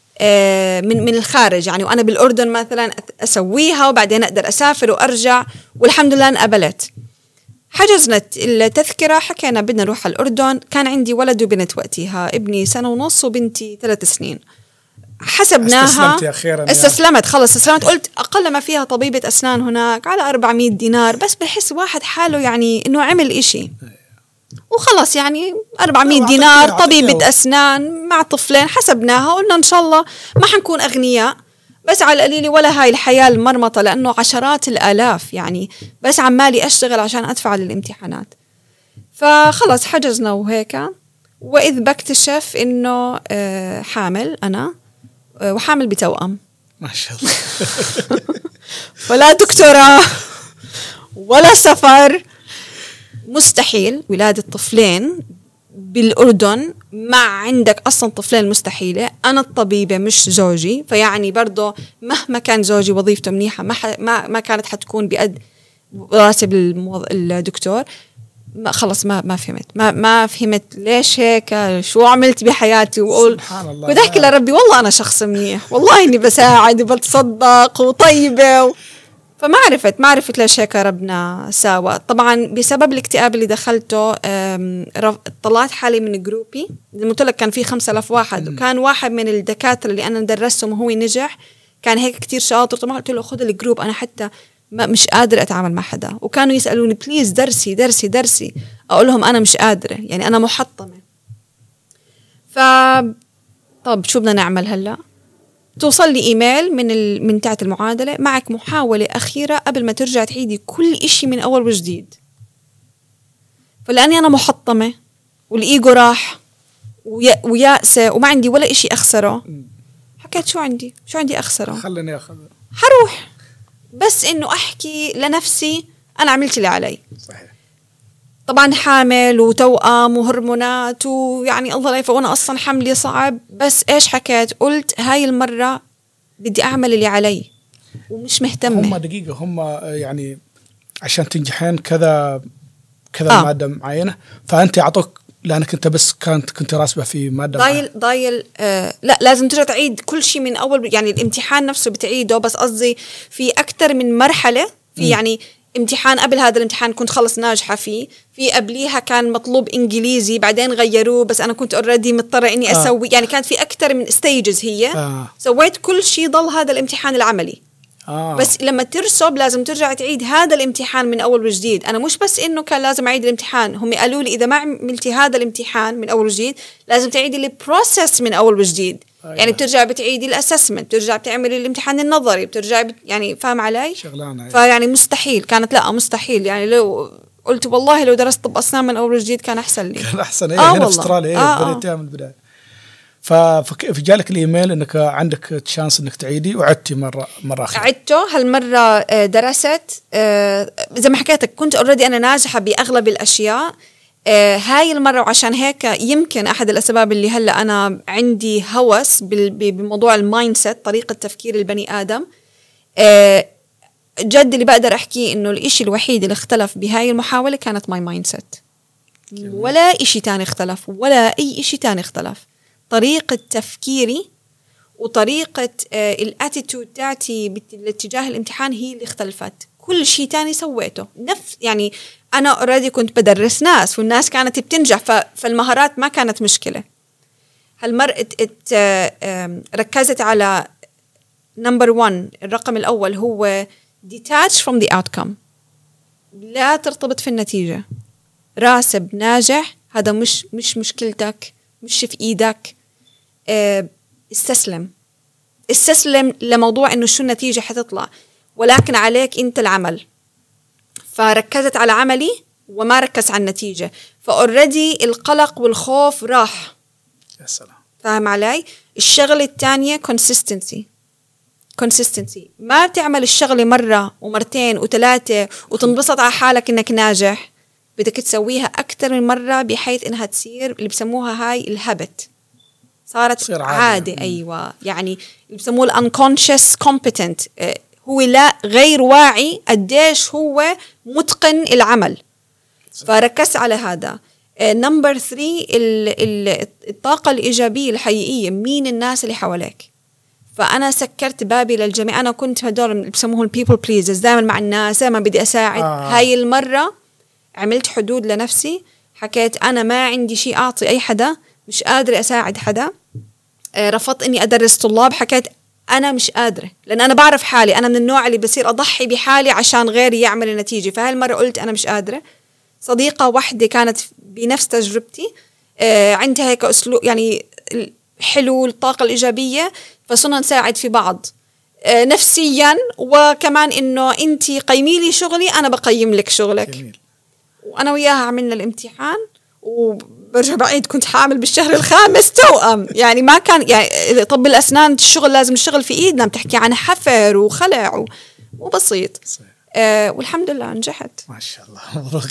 من من الخارج يعني، وأنا بالأردن مثلا أسويها وبعدين أقدر أسافر وأرجع، والحمد لله انقبلت. حجزنا التذكرة، حكينا بدنا نروح على الأردن. كان عندي ولد وبنت وقتها، ابني سنة ونص وبنتي ثلاث سنين. حسبناها
استسلمت أخيرا.
استسلمت خلص استسلمت، قلت أقل ما فيها طبيبة أسنان هناك على أربعمية دينار، بس بحس واحد حاله يعني إنه عمل إشي وخلص، يعني أربعمية دينار طبيبة أسنان مع طفلين. حسبناها قلنا إن شاء الله ما حنكون أغنياء، بس على القليل ولا هاي الحياة المرمطة، لأنه عشرات الآلاف يعني بس عمالي أشتغل عشان أدفع للامتحانات. فخلص حجزنا وهيك، وإذ بكتشف إنه حامل أنا، وحامل بتوأم.
ما شاء الله.
ولا دكتوراه ولا سفر، مستحيل ولادة طفلين بالأردن، ما عندك أصلا طفلين مستحيلة. أنا الطبيبة مش زوجي، فيعني برضو مهما كان زوجي وظيفته منيحة ما, ح... ما ما كانت حتكون بقد راتب الموظ... الدكتور. ما خلص ما ما فهمت ما ما فهمت ليش هيك، شو عملت بحياتي. وأقول بدي أحكي لربي والله أنا شخص منيح، والله إني بساعد وبتصدق وطيبة و... فما عرفت ما عرفت ليش هيك ربنا ساوى. طبعا بسبب الاكتئاب اللي دخلته طلعت حالي من جروبي، زي ما قلت لك كان في خمسة آلاف واحد، وكان واحد من الدكاترة اللي أنا درستهم وهو نجح، كان هيك كتير شاطر. طبعا قلت له خذ الجروب، أنا حتى ما مش قادر أتعامل مع حدا، وكانوا يسألوني بليز درسي درسي درسي، أقول لهم أنا مش قادرة، يعني أنا محطمة. ف طب شو بدنا نعمل هلأ؟ توصل لي إيميل من ال... من تاعت المعادلة، معك محاولة أخيرة قبل ما ترجع تعيدي كل إشي من أول وجديد. فلأني أنا محطمة والإيجو راح ويا... ويأسة وما عندي ولا إشي أخسره، حكيت شو عندي شو عندي أخسره،
خلني أخذ
حروح بس إنه أحكي لنفسي أنا عملت اللي علي.
صحيح.
طبعا حامل وتوأم وهرمونات، ويعني الله لا يفوق، أنا أصلا حملي صعب، بس إيش حكيت؟ قلت هاي المرة بدي أعمل اللي علي ومش مهتمة.
هم دقيقة هم يعني عشان تنجحين كذا كذا آه. مادة معينة، فأنت أعطوك لأنك أنت بس كانت كنت راسبة في مادة
ضايل معينة. ضايل آه لا لازم ترجع تعيد كل شيء من أول، يعني الامتحان نفسه بتعيده، بس قصدي في أكتر من مرحلة في م. يعني امتحان قبل هذا الامتحان كنت خلص ناجحة فيه، في قبليها كان مطلوب إنجليزي بعدين غيروه، بس أنا كنت أوريدي مضطرة إني آه. أسوي، يعني كانت في أكتر من ستيجز هي آه. سويت كل شيء، ضل هذا الامتحان العملي آه. بس لما ترسب لازم ترجع تعيد هذا الامتحان من أول وجديد. أنا مش بس إنه كان لازم أعيد الامتحان، هم قالوا لي إذا ما عملتي هذا الامتحان من أول وجديد لازم تعيدي البروسيس من أول وجديد آه. يعني بترجع بتعيدي الأسسمنت، بترجع بتعملي الامتحان النظري، بترجع بت... يعني فاهم علي
شغلانة.
فيعني مستحيل كانت، لا مستحيل، يعني لو قلت والله لو درست طب أسنان من أول وجديد كان أحسن لي،
كان أحسن. إيه آه هنا في أستراليا
آه
بديتها من البداية. فجالك الإيميل إنك عندك تشانس إنك تعيدي وعدتي مرة مرة أخرى.
عدته هالمرة درست زي ما حكيتك كنت أوريدي أنا ناجحة بأغلب الأشياء. هاي المرة وعشان هيك يمكن أحد الأسباب اللي هلأ أنا عندي هوس بموضوع المايند سيت طريقة تفكير البني آدم. جد اللي بقدر أحكيه إنه الإشي الوحيد اللي اختلف بهاي المحاولة كانت ماي مايند سيت، ولا إشي تاني اختلف، ولا أي إشي تاني اختلف. طريقة تفكيري وطريقة الاتيتود تاعتي باتجاه الامتحان هي اللي اختلفت. كل شيء تاني سويته نفس، يعني أنا أوريدي كنت بدرس ناس والناس كانت بتنجح، فالمهارات ما كانت مشكلة. هالمرة ركزت على نمبر وان، الرقم الأول هو detach from the outcome. لا ترتبط في النتيجة. راسب ناجح هذا مش مش مشكلتك، مش في إيدك. استسلم استسلم لموضوع إنه شو النتيجة حتطلع، ولكن عليك أنت العمل. فركزت على عملي وما ركز على النتيجة، فأوردي القلق والخوف راح.
يا سلام.
فاهم علي؟ الشغلة الثانية consistency consistency ما تعمل الشغلة مرة ومرتين وثلاثة وتنبسط على حالك إنك ناجح، بدك تسويها أكثر من مرة بحيث إنها تصير اللي بسموها هاي الهابت، صارت عادة. عادة أيوة، يعني اللي بسموه unconscious competent، هو لا غير واعي قديش هو متقن العمل. فركز على هذا. نمبر ثري الطاقة الإيجابية الحقيقية، مين الناس اللي حواليك. فأنا سكرت بابي للجميع. أنا كنت هدول بسموهم people pleasers، دائما مع الناس، دائما بدي أساعد. آه. هاي المرة عملت حدود لنفسي، حكيت أنا ما عندي شيء أعطي أي حدا، مش قادرة أساعد حدا. آه رفضت إني أدرس طلاب، حكيت أنا مش قادرة، لأن أنا بعرف حالي، أنا من النوع اللي بصير أضحي بحالي عشان غيري يعمل النتيجة. فهالمرة قلت أنا مش قادرة. صديقة واحدة كانت بنفس تجربتي، آه عندها هيك أسلوب يعني حلو، الطاقة الإيجابية، فصرنا نساعد في بعض آه نفسيا، وكمان إنه أنتي قيمي لي شغلي أنا بقيم لك شغلك. جميل. وأنا وياها عملنا الامتحان، وبرجع بعيد كنت حامل بالشهر الخامس توأم. يعني ما كان يعني طب الأسنان الشغل لازم الشغل في إيدنا، بتحكي عن حفر وخلع وبسيط. آه والحمد لله نجحت.
ما شاء الله، مبروك.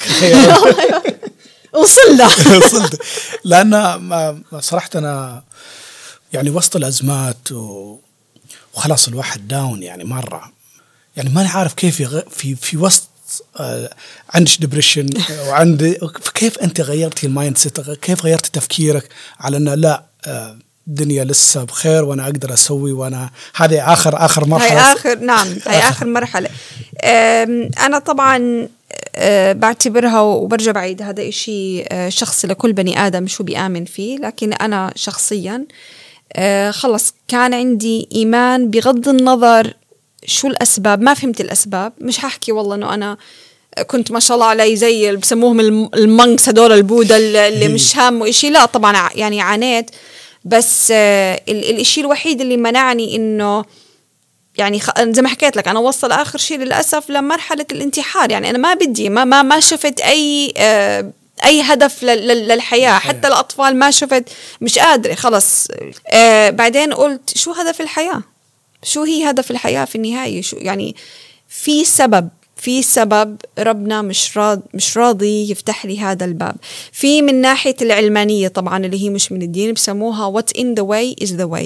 وصلنا.
وصلت. لأن صراحة أنا يعني وسط الأزمات و... وخلاص الواحد داون يعني مرة، يعني ما عارف كيف يغ... في في وسط آه عندش ديبريشن وعندي كيف أنت غيرتي المايند سيت، كيف غيرت تفكيرك على أنه لا آه الدنيا لسه بخير وأنا أقدر أسوي، وأنا هذه آخر آخر مرحلة.
هاي آخر نعم هاي آخر, آخر مرحلة. أنا طبعا بعتبرها وبرجع بعيد هذا إشي شخصي لكل بني آدم شو بيآمن فيه، لكن أنا شخصيا خلص كان عندي إيمان بغض النظر شو الأسباب. ما فهمت الأسباب، مش هحكي والله إنه أنا كنت ما شاء الله علي زي اللي بسموهم المونكس هدول البوذا اللي مش هامه إشي، لا طبعا يعني عانيت، بس الإشي الوحيد اللي منعني إنه يعني زي ما حكيت لك أنا وصل آخر شيء للأسف لمرحلة الانتحار. يعني أنا ما بدي ما ما ما شفت أي أي هدف للحياة، حتى الأطفال ما شفت، مش قادرة خلص. آه بعدين قلت شو هدف الحياة؟ شو هي هدف الحياة في النهاية؟ شو يعني في سبب في سبب ربنا مش راضي مش راضي يفتح لي هذا الباب. في من ناحية العلمانية طبعا اللي هي مش من الدين، بسموها what in the way is the way.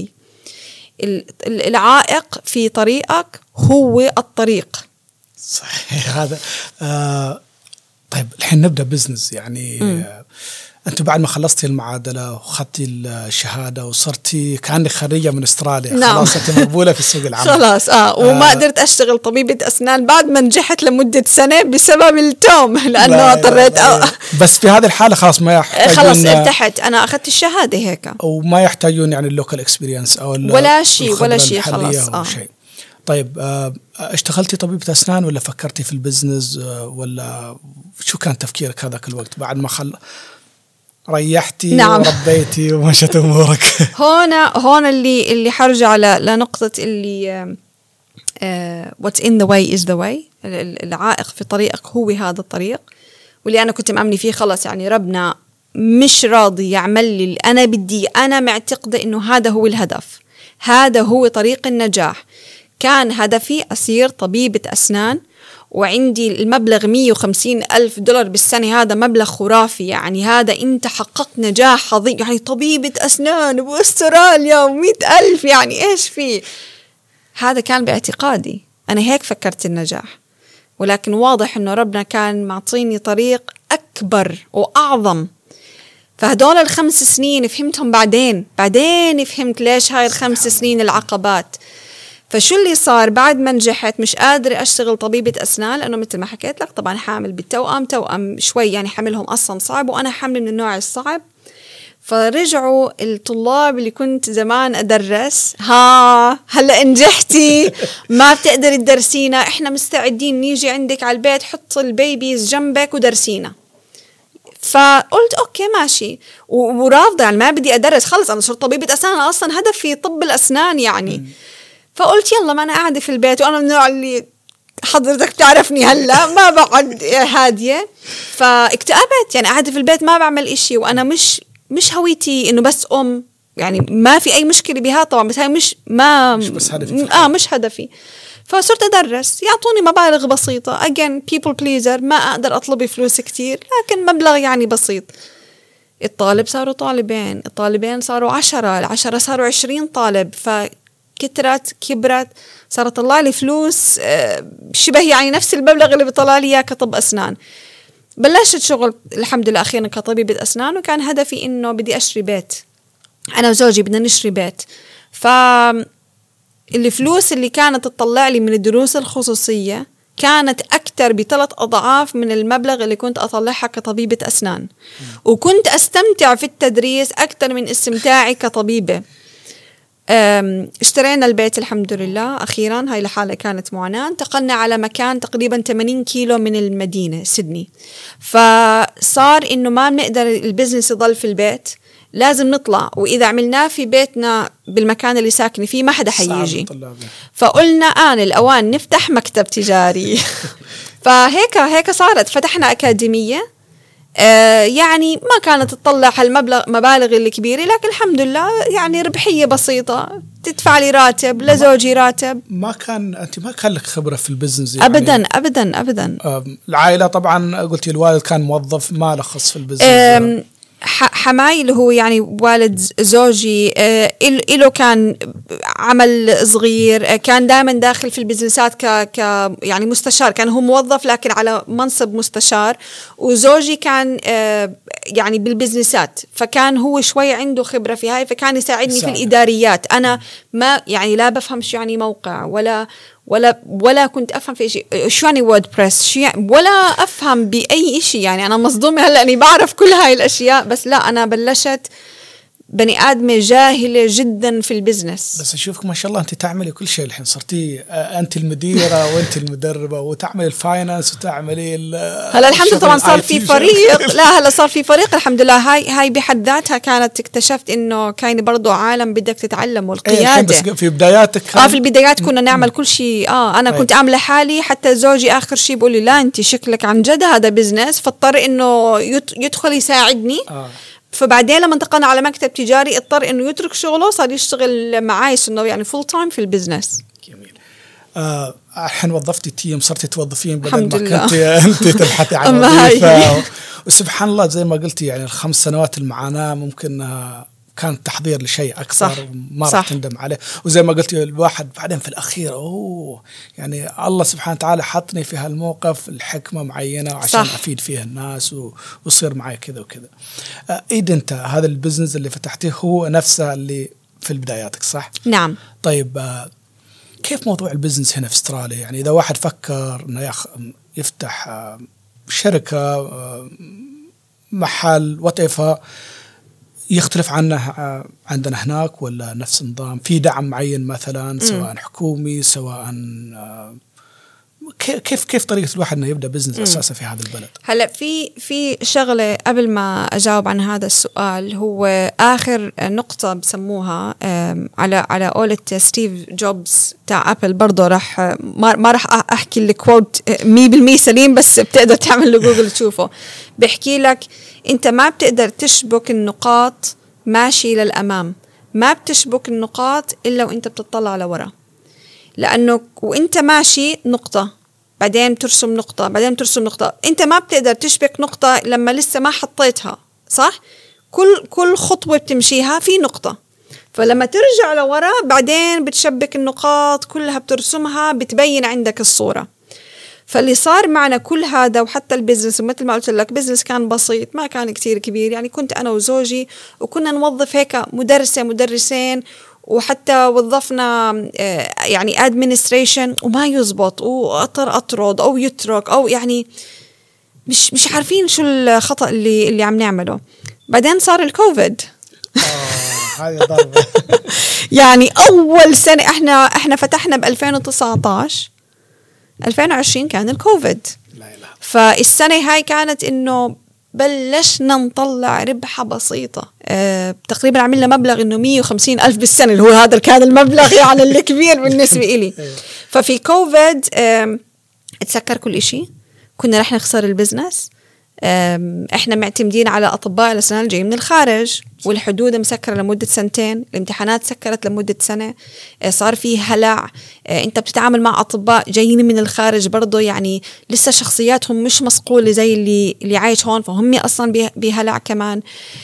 العائق في طريقك هو الطريق.
صحيح هذا. آه طيب الحين نبدأ بزنس يعني. آه أنت بعد ما خلصتي المعادلة وخدتي الشهادة وصرتي كأنك خريجة من استراليا. نعم. خلاص أنت مقبولة في السوق العمل.
خلاص آه وما آه قدرت أشتغل طبيبة أسنان بعد ما نجحت لمدة سنة بسبب التوم، لأنه اضطريت آه
بس في هذه الحالة خلاص ما يحتاجون،
خلاص ارتحت، أنا أخذت الشهادة هيك،
وما يحتاجون يعني اللوكال إكسبيرينس أو
ولا شيء ولا شيء خلاص. آه.
شيء. طيب آه اشتغلتي طبيبة أسنان ولا فكرتي في البزنس آه ولا شو كان تفكيرك هذاك الوقت بعد ما خل ريحتي؟ نعم. وربيتي ومشت أمورك.
هنا هون اللي اللي حرجع لنقطة اللي uh, what's in the way is the way. العائق في طريقك هو هذا الطريق، واللي أنا كنت مأمني فيه خلاص. يعني ربنا مش راضي يعمل لي اللي أنا بدي، أنا معتقدة إنه هذا هو الهدف، هذا هو طريق النجاح. كان هدفي أصير طبيبة أسنان، وعندي المبلغ مية وخمسين ألف دولار بالسنة، هذا مبلغ خرافي. يعني هذا أنت حققت نجاح عظيم، يعني طبيبة أسنان بأستراليا ومئة ألف، يعني إيش فيه؟ هذا كان باعتقادي، أنا هيك فكرت النجاح. ولكن واضح إنه ربنا كان معطيني طريق أكبر وأعظم. فهدول الخمس سنين فهمتهم بعدين بعدين فهمت ليش هاي الخمس سنين العقبات. فشو اللي صار بعد ما نجحت؟ مش قادرة أشتغل طبيبة أسنان، لأنه مثل ما حكيت لك طبعا حامل بالتوأم، توأم شوي يعني حملهم أصلا صعب، وأنا حامل من النوع الصعب. فرجعوا الطلاب اللي كنت زمان أدرس، ها هلأ نجحتي ما بتقدري تدرسينا، إحنا مستعدين نيجي عندك على البيت، حط البيبيز جنبك ودرسينا. فقلت أوكي ماشي، ورافضة يعني ما بدي أدرس، خلص أنا صرت طبيبة أسنان، أصلا هدفي طب الأسنان يعني. م. فقلت يلا ما أنا قاعدة في البيت، وأنا من النوع اللي حضرتك تعرفني هلا ما بقعد هادية. فاكتئبت، يعني قاعدة في البيت ما بعمل إشي، وأنا مش مش هويتي إنه بس أم، يعني ما في أي مشكلة بها طبعا، بس هاي مش ما
مش بس هدفي.
آه مش هدفي. فصرت أدرس، يعطوني مبالغ بسيطة، again people pleaser، ما أقدر أطلب فلوس كتير، لكن مبلغ يعني بسيط. الطالب صاروا طالبين، الطالبين صاروا عشرة، العشرة صاروا عشرين طالب، فكترت كبرت، صارت طلع لي فلوس شبه يعني نفس المبلغ اللي بطلع لي كطب أسنان. بلشت شغل الحمد لله أخيرا كطبيبة أسنان، وكان هدفي إنه بدي أشتري بيت، أنا وزوجي بدنا نشتري بيت. ف الفلوس اللي كانت تطلع لي من الدروس الخصوصية كانت أكتر بثلاث أضعاف من المبلغ اللي كنت أطلعها كطبيبة أسنان، م. وكنت أستمتع في التدريس أكتر من استمتاعي كطبيبة. اشترينا البيت الحمد لله أخيرا، هاي لحالة كانت معاناة. انتقلنا على مكان تقريبا ثمانين كيلو من المدينة سيدني، فصار إنه ما بنقدر البزنس يضل في البيت، لازم نطلع، وإذا عملناه في بيتنا بالمكان اللي ساكن فيه ما حدا حيجي. فقلنا آن الأوان نفتح مكتب تجاري. فهيك هيك صارت، فتحنا أكاديمية. آه يعني ما كانت تطلع هالمبلغ مبالغ الكبيرة، لكن الحمد لله يعني ربحية بسيطة، تدفع لي راتب، لزوجي راتب.
ما كان أنت ما كان لك خبرة في البزنس
يعني؟ أبدا أبدا أبدا.
العائلة طبعا قلتي الوالد كان موظف، ما لخص في البزنس.
حماي اللي هو يعني والد زوجي إله كان عمل صغير، كان دائما داخل في البزنسات ك ك يعني مستشار، كان هو موظف لكن على منصب مستشار، وزوجي كان يعني بالبزنسات، فكان هو شوي عنده خبرة في هاي، فكان يساعدني في الإداريات. أنا ما يعني لا بفهم شو يعني موقع، ولا ولا ولا كنت أفهم في شيء، شو يعني ووردبريس، شو يعني ولا أفهم بأي شيء. يعني أنا مصدومة هلأ أني بعرف كل هاي الأشياء، بس لا أنا بلشت بني آدمة جاهلة جدا في البزنس.
بس أشوفك ما شاء الله أنت تعملي كل شيء الحين، صرتي أنت المديرة وأنت المدربة، وتعملي الفاينانس وتعملي
هلا الحمد لله. طبعا صار في فريق، لا هلا صار في فريق الحمد لله. هاي هاي بحد ذاتها كانت اكتشفت إنه كاين برضو عالم بدك تتعلم، والقيادة.
إيه بس في بداياتك
آه في البدايات كنا نعمل كل شيء. آه أنا كنت أعمل حالي، حتى زوجي آخر شيء بقول لي لا أنت شكلك عن جد هذا بزنس، فاضطر إنه يدخل يساعدني. آه. فبعدين لما انتقلنا على مكتب تجاري اضطر انه يترك شغله، صار يشتغل معاي انه يعني فول تايم في البزنس.
جميل. آه الحين وظفتي تيم، صرتي توظفين بدل
الحمد
ما
لله.
كنت انت تبحثي عن وظيفه. وسبحان الله زي ما قلتي يعني الخمس سنوات المعاناه ممكن آه كان تحضير لشيء أكثر،
صح.
ما راح تندم عليه. وزي ما قلت الواحد بعدين في الأخير أوه يعني الله سبحانه وتعالى حطني في هالموقف الحكمة معينة عشان صح. أفيد فيها الناس ويصير معي كذا وكذا. إيد أنت هذا البزنس اللي فتحته هو نفسه اللي في بداياتك صح؟
نعم.
طيب كيف موضوع البزنس هنا في استراليا؟ يعني إذا واحد فكر إنه يفتح شركة محل وطيفة، يختلف عنه عندنا هناك ولا نفس النظام؟ في دعم معين مثلا سواء حكومي سواء كيف كيف طريقة الواحد إنه يبدأ بزنس أساسا في هذا البلد؟
هلا في في شغلة قبل ما أجاوب عن هذا السؤال، هو آخر نقطة بسموها على على قولة ستيف جوبز تاع أبل، برضه راح ما ما راح أحكي الكوت مية بالمية سليم، بس بتقدر تعمل له جوجل تشوفه. بيحكي لك أنت ما بتقدر تشبك النقاط ماشي للأمام، ما بتشبك النقاط إلا وأنت بتطلع لورا، لأنه وأنت ماشي نقطة بعدين ترسم نقطة بعدين ترسم نقطة، أنت ما بتقدر تشبك نقطة لما لسه ما حطيتها صح. كل كل خطوة بتمشيها في نقطة، فلما ترجع لورا بعدين بتشبك النقاط كلها بترسمها بتبين عندك الصورة. فاللي صار معنا كل هذا، وحتى البزنس مثل ما قلت لك بزنس كان بسيط ما كان كتير كبير، يعني كنت أنا وزوجي وكنا نوظف هيك مدرسة مدرسين، وحتى وظفنا يعني administration وما يزبط، وأطر أطرد أو يترك أو يعني مش مش عارفين شو الخطأ اللي اللي عم نعمله. بعدين صار الكوفيد.
هاي ضربة.
يعني أول سنة إحنا إحنا فتحنا بألفين وتسعتاشر، ألفين وعشرين كان الكوفيد.
لا إله.
فالسنة هاي كانت إنه بلشنا نطلع ربحة بسيطة، أه تقريبا عملنا مبلغ إنه مية وخمسين ألف بالسنة، اللي هو هذا كان المبلغ يعني الكبير بالنسبة إلي. ففي كوفيد أه اتسكر كل إشي، كنا رح نخسر البزنس. أه إحنا معتمدين على أطباء الأسنان جايين من الخارج، والحدود مسكرة لمدة سنتين، الامتحانات سكرت لمدة سنة. أه صار فيه هلع. أه أنت بتتعامل مع أطباء جايين من الخارج برضو، يعني لسه شخصياتهم مش مصقولة زي اللي اللي عايش هون، فهم أصلا بهلع كمان.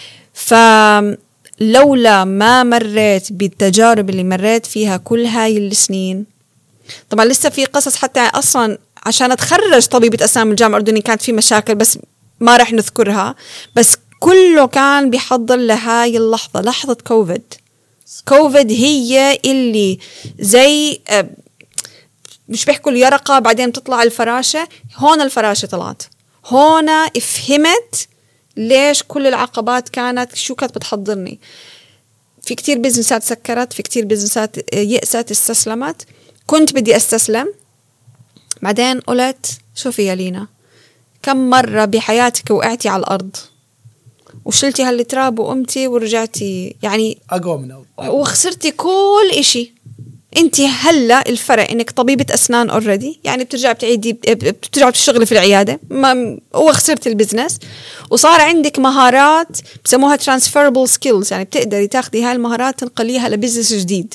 فلولا ما مريت بالتجارب اللي مريت فيها كل هاي السنين، طبعا لسه في قصص حتى أصلا عشان أتخرج طبيبة أسنان من الجامعة الأردنية كانت في مشاكل بس ما رح نذكرها، بس كله كان بيحضر لهاي اللحظة، لحظة كوفيد. كوفيد هي اللي زي مش بيحكوا اليرقة بعدين تطلع الفراشة، هون الفراشة طلعت، هون فهمت ليش كل العقبات كانت شو كانت بتحضرني. في كتير بزنسات سكرت، في كتير بزنسات يأست استسلمت. كنت بدي استسلم، بعدين قلت شوفي يا لينا، كم مرة بحياتك وقعتي على الأرض وشلتي هالتراب وقمتي ورجعتي يعني
أقوى من أول،
وخسرتي كل إشي. انتي هلا الفرق انك طبيبة اسنان اوريدي، يعني بترجع بتعيدي بترجع بتشتغلي في العيادة، ما وخسرت البزنس، وصار عندك مهارات بسموها transferable skills، يعني بتقدري تاخدي هاي المهارات تنقليها لبزنس جديد.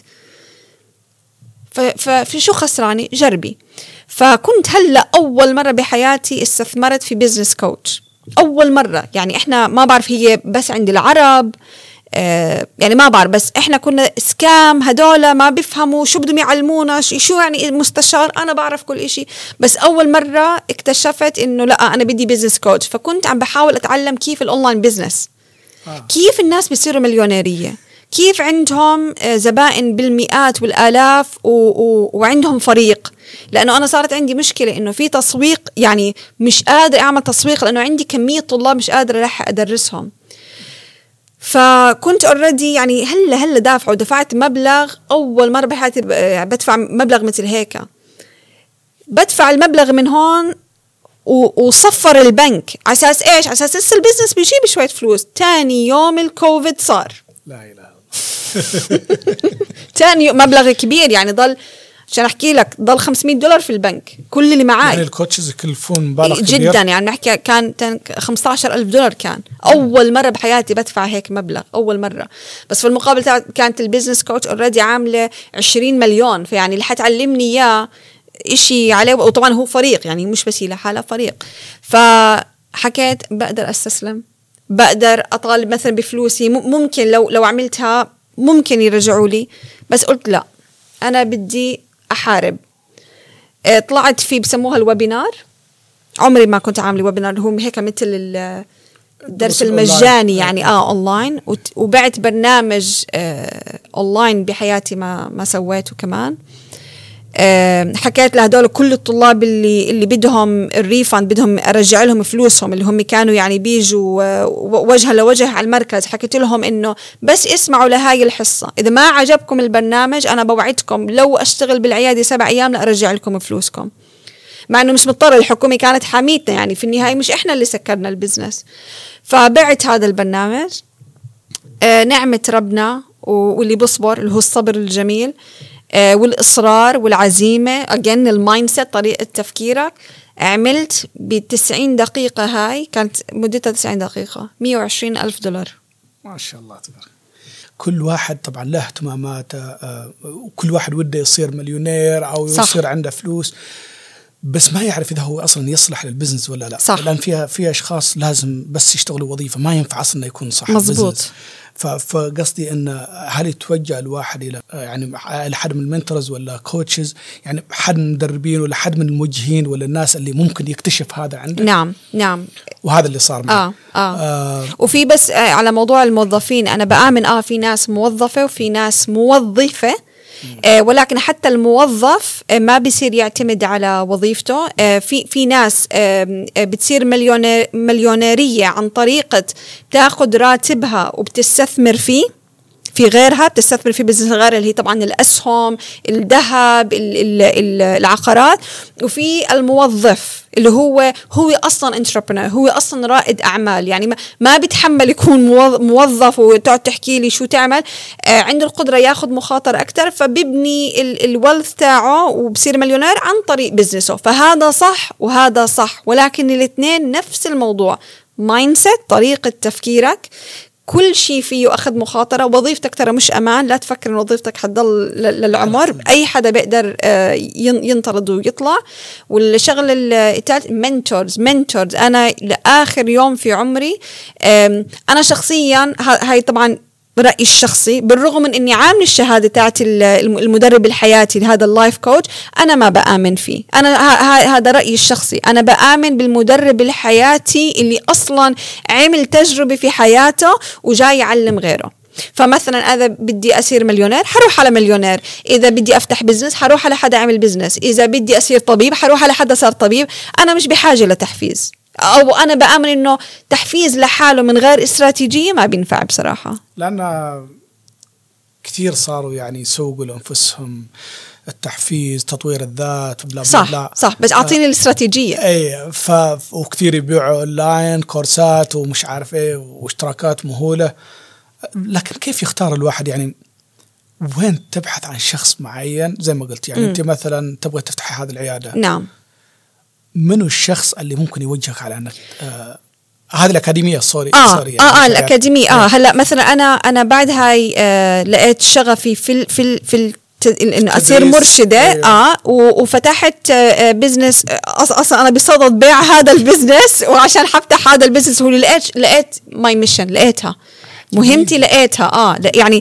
ففي شو خسراني؟ جربي. فكنت هلا اول مرة بحياتي استثمرت في بزنس كوتش، اول مرة. يعني احنا ما بعرف هي بس عند العرب، آه يعني ما بعرف، بس احنا كنا سكام، هدول ما بيفهموا شو بدهم يعلمونا، شو يعني مستشار. انا بعرف كل اشي، بس اول مرة اكتشفت انه لا انا بدي بيزنس كوتش. فكنت عم بحاول اتعلم كيف الاونلاين بيزنس، آه. كيف الناس بيصيروا مليونيرية، كيف عندهم آه زبائن بالمئات والالاف و و وعندهم فريق. لانه انا صارت عندي مشكلة انه في تسويق، يعني مش قادر اعمل تسويق لانه عندي كمية طلاب مش قادرة راح ادرسهم. فكنت اوريدي يعني هلا هلا دافع ودفعت مبلغ، اول مرة بحياتي بدفع مبلغ مثل هيك. بدفع المبلغ من هون وصفر البنك على اساس ايش؟ على اساس لسه البزنس بيجيب شوية فلوس. تاني يوم الكوفيد صار،
لا اله
تاني مبلغ كبير، يعني ضل عشان احكي لك ضل خمسمية دولار في البنك كل اللي معاي.
يعني الكوتشز يكلفون مبالغ كبير
جدا، يعني نحكي كان خمستاشر ألف دولار. كان اول مره بحياتي بدفع هيك مبلغ، اول مره. بس في المقابل كانت البيزنس كوتش اوريدي عامله عشرين مليون، فيعني اللي حتعلمني اياه اشي عليه. وطبعا هو فريق، يعني مش بس هي لحالها فريق. فحكيت بقدر استسلم، بقدر اطالب مثلا بفلوسي، ممكن لو لو عملتها ممكن يرجعوا لي. بس قلت لا، انا بدي احارب. طلعت في بسموها الويبينار، عمري ما كنت عامله ويبينار، هو هيك مثل الدرس المجاني يعني اه اونلاين. وبعت برنامج آه اونلاين بحياتي ما ما سويته كمان. آه حكيت لهدول كل الطلاب اللي اللي بدهم الريفاند، بدهم ارجع لهم فلوسهم، اللي هم كانوا يعني بيجوا وجه لوجه على المركز. حكيت لهم انه بس اسمعوا لهاي الحصة، اذا ما عجبكم البرنامج انا بوعدكم لو اشتغل بالعيادة سبع ايام لارجع لكم فلوسكم. مع انه مش مضطر، الحكومة كانت حاميتنا يعني في النهاية مش احنا اللي سكرنا البزنس. فبعت هذا البرنامج. آه نعمة ربنا واللي بصبر اللي هو الصبر الجميل آه والإصرار والعزيمة again المايند سيت طريقة تفكيرك. عملت بتسعين دقيقة، هاي كانت مدتها تسعين دقيقة، مية وعشرين ألف دولار.
ما شاء الله تبارك. كل واحد طبعا له اهتماماته، وكل واحد وده يصير مليونير أو يصير صح. عنده فلوس، بس ما يعرف إذا هو أصلا يصلح للبزنس ولا لا. صح. لأن فيها فيها أشخاص لازم بس يشتغلوا وظيفة، ما ينفع أصلا يكون صاحب بزنس. فقصدي أن هل يتوجه الواحد إلى يعني حد من المنتورز ولا كوتشز، يعني حد من المدربين ولا حد من الموجهين ولا الناس اللي ممكن يكتشف هذا عنده؟
نعم نعم.
وهذا اللي صار معي.
آه. آه. آه. وفي بس آه على موضوع الموظفين، أنا بآمن آه في ناس موظفة وفي ناس موظفة. آه ولكن حتى الموظف آه ما بيصير يعتمد على وظيفته. آه في في ناس آه بتصير مليونير مليونيرية عن طريقة تاخذ راتبها وبتستثمر فيه في غيرها، بتستثمر في بزنس غير اللي هي طبعا الأسهم، الذهب، العقارات. وفي الموظف اللي هو هو أصلا انتربرنور، هو أصلا رائد أعمال، يعني ما, ما بيتحمل يكون موظف وتقعد تحكي لي شو تعمل. آه عنده القدرة ياخد مخاطر أكتر، فبيبني الوالث تاعه وبصير مليونير عن طريق بزنسه. فهذا صح وهذا صح، ولكن الاثنين نفس الموضوع، مايند سيت، طريقة تفكيرك. كل شيء فيه أخذ مخاطرة. وظيفتك ترى مش أمان، لا تفكر إن وظيفتك حتضل للعمر. أي حدا بيقدر ينطرد ويطلع. والشغل الثالث منتورز. منتورز أنا لآخر يوم في عمري أنا شخصيا، هاي طبعا رأيي الشخصي، بالرغم من إني عامل الشهادة تاعت المدرب الحياتي هذا اللايف كوتش، أنا ما بآمن فيه. أنا هذا رأيي الشخصي، أنا بآمن بالمدرب الحياتي اللي أصلاً عمل تجربة في حياته وجاي يعلم غيره. فمثلا إذا بدي أصير مليونير حروح على مليونير، إذا بدي أفتح بزنس حروح على حدا عمل بزنس، إذا بدي أصير طبيب حروح على حدا صار طبيب. أنا مش بحاجة لتحفيز، أو أنا بآمن إنه تحفيز لحاله من غير استراتيجية ما بينفع بصراحة.
لأن كثير صاروا يعني يسوقوا لأنفسهم التحفيز، تطوير الذات، بلا
صح
بلا.
صح، بس أعطيني آه الاستراتيجية.
أي ف وكثير يبيعوا أونلاين كورسات ومش عارف إيه واشتراكات مهولة. لكن كيف يختار الواحد؟ يعني وين تبحث عن شخص معين زي ما قلت؟ يعني م. أنت مثلا تبغى تفتحي هذه العيادة،
نعم،
منو الشخص اللي ممكن يوجهك على أنك آه هذه الأكاديمية الصوري
آه يعني آه, آه الأكاديمية آه هلا مثلا أنا أنا بعد هاي آه لقيت شغفي في ال في ال في ال إنه أصير مرشدة. أيوة. آه وفتحت آه بزنس. أصلا أنا بصدد بيع هذا البزنس، وعشان حفتح هذا البزنس هو لقيت لقيت ماي ميشن، لقيتها مهمتي، لقيتها آه يعني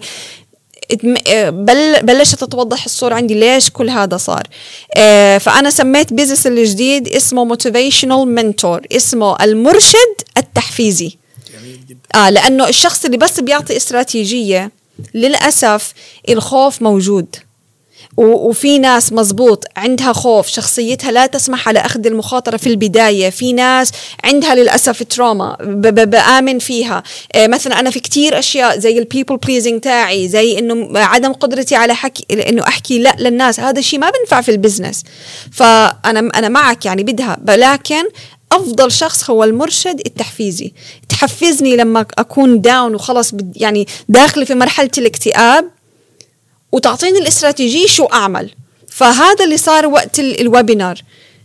بل بلشت تتوضح الصورة عندي ليش كل هذا صار. آه فأنا سميت بيزنس الجديد اسمه motivational mentor، اسمه المرشد التحفيزي. آه لأنه الشخص اللي بس بيعطي استراتيجية، للأسف الخوف موجود، وفي ناس مزبوط عندها خوف، شخصيتها لا تسمح على أخذ المخاطرة في البداية. في ناس عندها للأسف تروما بآمن فيها. مثلا أنا في كتير أشياء زي البيبل بليزنج تاعي، زي إنه عدم قدرتي على حكي إنه أحكي لا للناس، هذا الشيء ما بنفع في البزنس. فأنا أنا معك يعني بدها، لكن أفضل شخص هو المرشد التحفيزي، تحفزني لما أكون داون وخلص يعني داخل في مرحلة الاكتئاب، وتعطيني الاستراتيجية شو أعمل. فهذا اللي صار وقت الويبينار.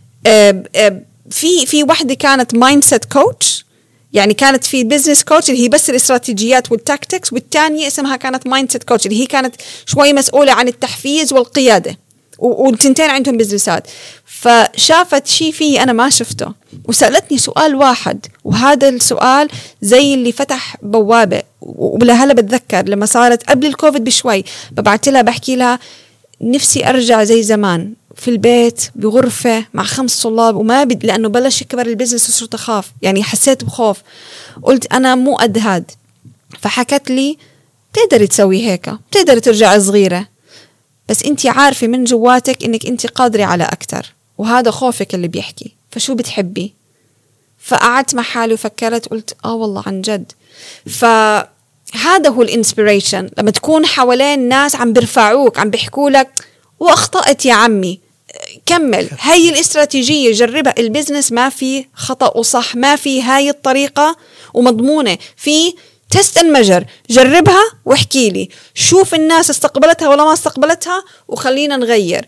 في في واحدة كانت مايند سيت كوتش، يعني كانت في بيزنس كوتش اللي هي بس الاستراتيجيات والتاكتكس، والتانية اسمها كانت مايند سيت كوتش اللي هي كانت شوي مسؤولة عن التحفيز والقيادة، والتنتين عندهم بزنسات. فشافت شيء فيه أنا ما شفته، وسألتني سؤال واحد، وهذا السؤال زي اللي فتح بوابة. وبلهلا بتذكر لما صارت قبل الكوفيد بشوي ببعت لها بحكي لها نفسي أرجع زي زمان في البيت بغرفة مع خمس طلاب وما بد، لأنه بلش يكبر البزنس وصرت أخاف، يعني حسيت بخوف. قلت أنا مو قد هاد. فحكت لي بتقدري تسوي هيك، بتقدري ترجع صغيرة، بس انتي عارفة من جواتك انك انتي قادرة على اكتر، وهذا خوفك اللي بيحكي. فشو بتحبي؟ فقعدت مع حالي وفكرت، قلت اه والله عن جد. فهذا هو الانسبيريشن، لما تكون حوالين ناس عم بيرفعوك، عم بيحكوا لك واخطأت يا عمي، كمل هاي الاستراتيجية جربها. البزنس ما في خطأ وصح، ما في هاي الطريقة ومضمونة، في تست المجر. جربها واحكي لي شوف الناس استقبلتها ولا ما استقبلتها وخلينا نغير.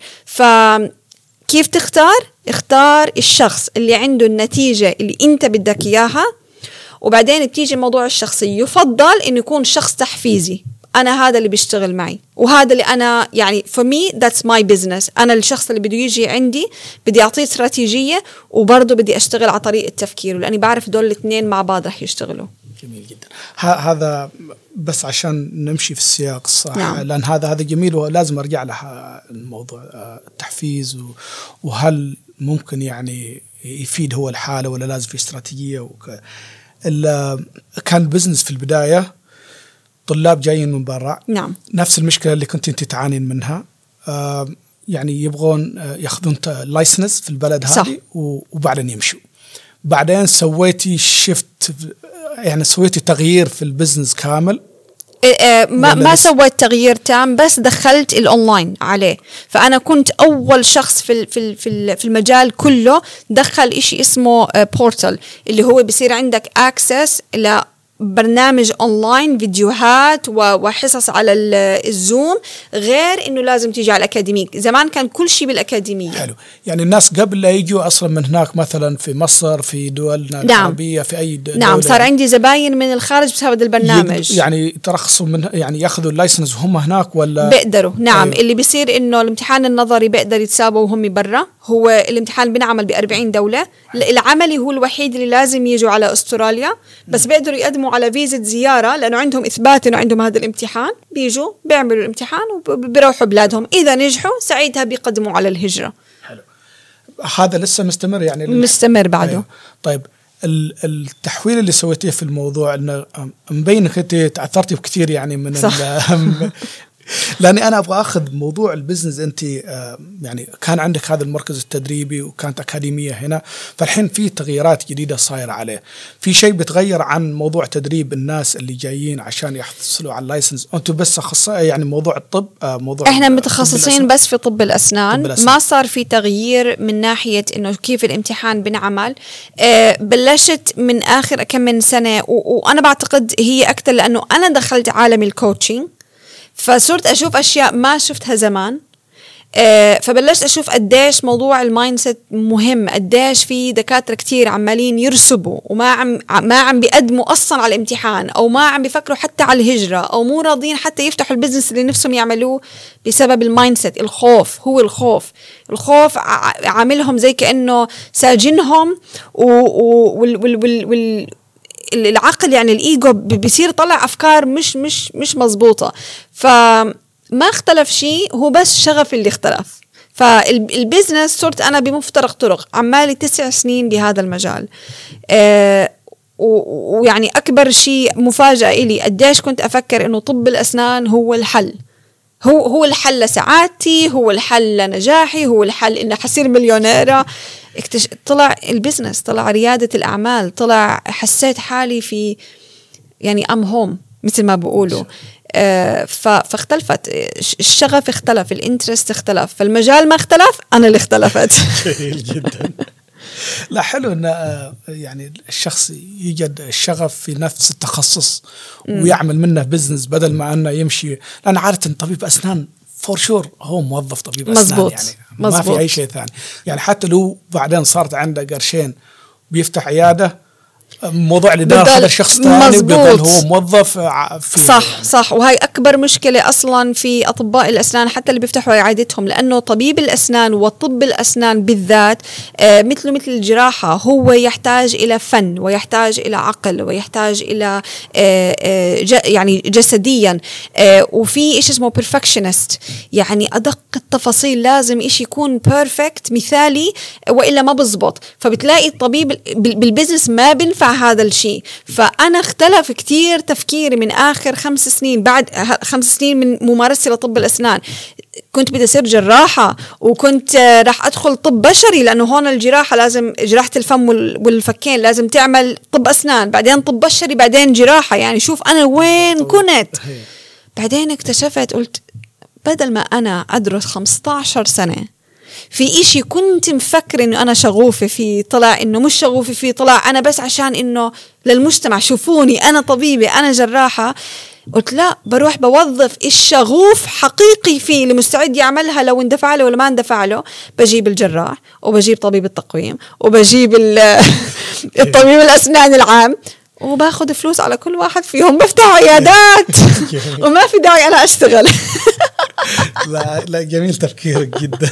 فكيف تختار؟ اختار الشخص اللي عنده النتيجة اللي انت بدك اياها، وبعدين بتيجي موضوع الشخصي. يفضل انه يكون شخص تحفيزي، أنا هذا اللي بيشتغل معي وهذا اللي أنا يعني for me that's my business. أنا الشخص اللي بده يجي عندي بدي أعطيه استراتيجية وبرضه بدي أشتغل على طريقة تفكيره، لأني بعرف دول الاثنين مع بعض رح يشتغلوا.
جميل جدا. هذا بس عشان نمشي في السياق الصح. نعم. لأن هذا هذا جميل ولازم أرجع له الموضوع التحفيز، وهل ممكن يعني يفيد هو الحالة ولا لازم في استراتيجية. وك... كان البزنس في البداية طلاب جايين من برا.
نعم.
نفس المشكلة اللي كنت انت تعانين منها. آه يعني يبغون آه ياخذون لايسنس في البلد هذه وبعدين يمشوا. بعدين سويتي شفت، يعني سويتي تغيير في البزنس كامل.
آه ما ما سويت تغيير تام، بس دخلت الأونلاين عليه. فأنا كنت أول شخص في في في في المجال كله دخل إشي اسمه بورتال، اللي هو بيصير عندك access إلى برنامج أونلاين، فيديوهات وحصص على الزوم، غير إنه لازم تيجي على الأكاديميك. زمان كان كل شيء بالأكاديمية.
حلو. يعني الناس قبل لا يجوا أصلا من هناك، مثلا في مصر، في دولنا
نعم.
العربية، في أي دولة.
نعم. صار عندي زباين من الخارج بسبب هذا البرنامج.
يعني ترخصوا من، يعني يأخذوا اللايسنس وهم هناك ولا
بيقدروا؟ نعم.
أيوه.
اللي بيصير إنه الامتحان النظري بيقدر يتسابوا وهم برا. هو الامتحان بنعمل بأربعين دولة. العملي هو الوحيد اللي لازم يجوا على أستراليا، بس بيقدروا يقدموا على فيزا زيارة لأنه عندهم إثبات إنه عندهم هذا الامتحان. بيجوا بيعملوا الامتحان وبيروحوا بلادهم. إذا نجحوا ساعتها بيقدموا على الهجرة.
حلو. هذا لسه مستمر يعني؟
مستمر بعده.
أيوه. طيب التحويل اللي سويتيه في الموضوع، إنه مبينك أنت تعثرتي بكثير يعني من لأني أنا أبغى أخذ موضوع البزنس. أنت يعني كان عندك هذا المركز التدريبي وكانت أكاديمية هنا، فالحين في تغييرات جديدة صايرة عليه. في شيء بتغير عن موضوع تدريب الناس اللي جايين عشان يحصلوا على اللايسنس؟ أنتوا بس أخصائي يعني موضوع الطب؟ موضوع
إحنا متخصصين بس في طب الأسنان. طب الأسنان. ما صار في تغيير من ناحية إنه كيف الامتحان بنعمل. أه بلشت من آخر كم من سنة، وأنا بعتقد هي أكتر لأنه أنا دخلت عالم الكوتشنج، فصرت أشوف أشياء ما شفتها زمان. أه فبلشت أشوف قديش موضوع المايندسيت مهم، قديش في دكاترة كتير عمالين يرسبوا وما عم ما عم بيقدموا أصلا على الامتحان، أو ما عم بيفكروا حتى على الهجرة، أو مو راضين حتى يفتحوا البزنس اللي نفسهم يعملوه بسبب المايندسيت. الخوف، هو الخوف الخوف عاملهم زي كأنه ساجنهم، وال وال وال وال العقل يعني الإيجو بيصير طلع أفكار مش مش مش مزبوطة. فما اختلف شيء، هو بس شغف اللي اختلف. فالبيزنس صرت أنا بمفترق طرق، عمالي تسع سنين بهذا المجال. اه ويعني أكبر شيء مفاجأة إلي قديش كنت أفكر إنه طب الأسنان هو الحل، هو هو الحل لسعادتي، هو الحل لنجاحي، هو الحل إني حصير مليونيرة. اكتش... طلع البزنس، طلع ريادة الأعمال، طلع حسيت حالي في يعني أم هوم مثل ما بقولوا. آه ف... فاختلفت الشغف، اختلف الانترست، اختلف. فالمجال ما اختلف، أنا اللي اختلفت.
جميل جدا. لا حلو إن يعني الشخص يجد الشغف في نفس التخصص ويعمل منه بزنس بدل ما أنه يمشي. لأن عادة طبيب أسنان فور شور هو موظف طبيب أسنان، يعني ما مزبوط. في أي شيء ثاني. يعني حتى لو بعدين صارت عنده قرشين بيفتح عيادة، موضوع اللي داخل هذا الشخص ثاني بيظل هو موظف في.
صح يعني. صح. وهي أكبر مشكلة أصلا في أطباء الأسنان حتى اللي بيفتحوا عيادتهم، لأنه طبيب الأسنان وطب الأسنان بالذات آه مثله مثل الجراحة، هو يحتاج إلى فن ويحتاج إلى عقل ويحتاج إلى آه آه يعني جسديا آه وفي إيش اسمه perfectionist، يعني أدق التفاصيل لازم إيش يكون perfect مثالي وإلا ما بزبط. فبتلاقي الطبيب بالبزنس ما بنفع هذا الشيء. فأنا اختلف كتير تفكيري من آخر خمس سنين، بعد خمس سنين من ممارستي لطب الأسنان. كنت بدي أصير جراحة، وكنت راح أدخل طب بشري، لأنه هون الجراحة لازم جراحة الفم والفكين لازم تعمل طب أسنان، بعدين طب بشري، بعدين جراحة. يعني شوف أنا وين كنت. بعدين اكتشفت، قلت بدل ما أنا أدرس خمسة عشر سنة في إشي كنت مفكر إنه أنا شغوفة فيه طلع إنه مش شغوفة فيه، طلع أنا بس عشان إنه للمجتمع شوفوني أنا طبيبة أنا جراحة. قلت لا، بروح بوظف الشغوف حقيقي فيه اللي مستعد يعملها لو اندفع له ولا ما اندفع له. بجيب الجراح وبجيب طبيب التقويم وبجيب الطبيب الأسنان العام وباخد فلوس على كل واحد فيهم، بفتح عيادات وما في داعي أنا أشتغل.
لا لا جميل تفكيرك جدا.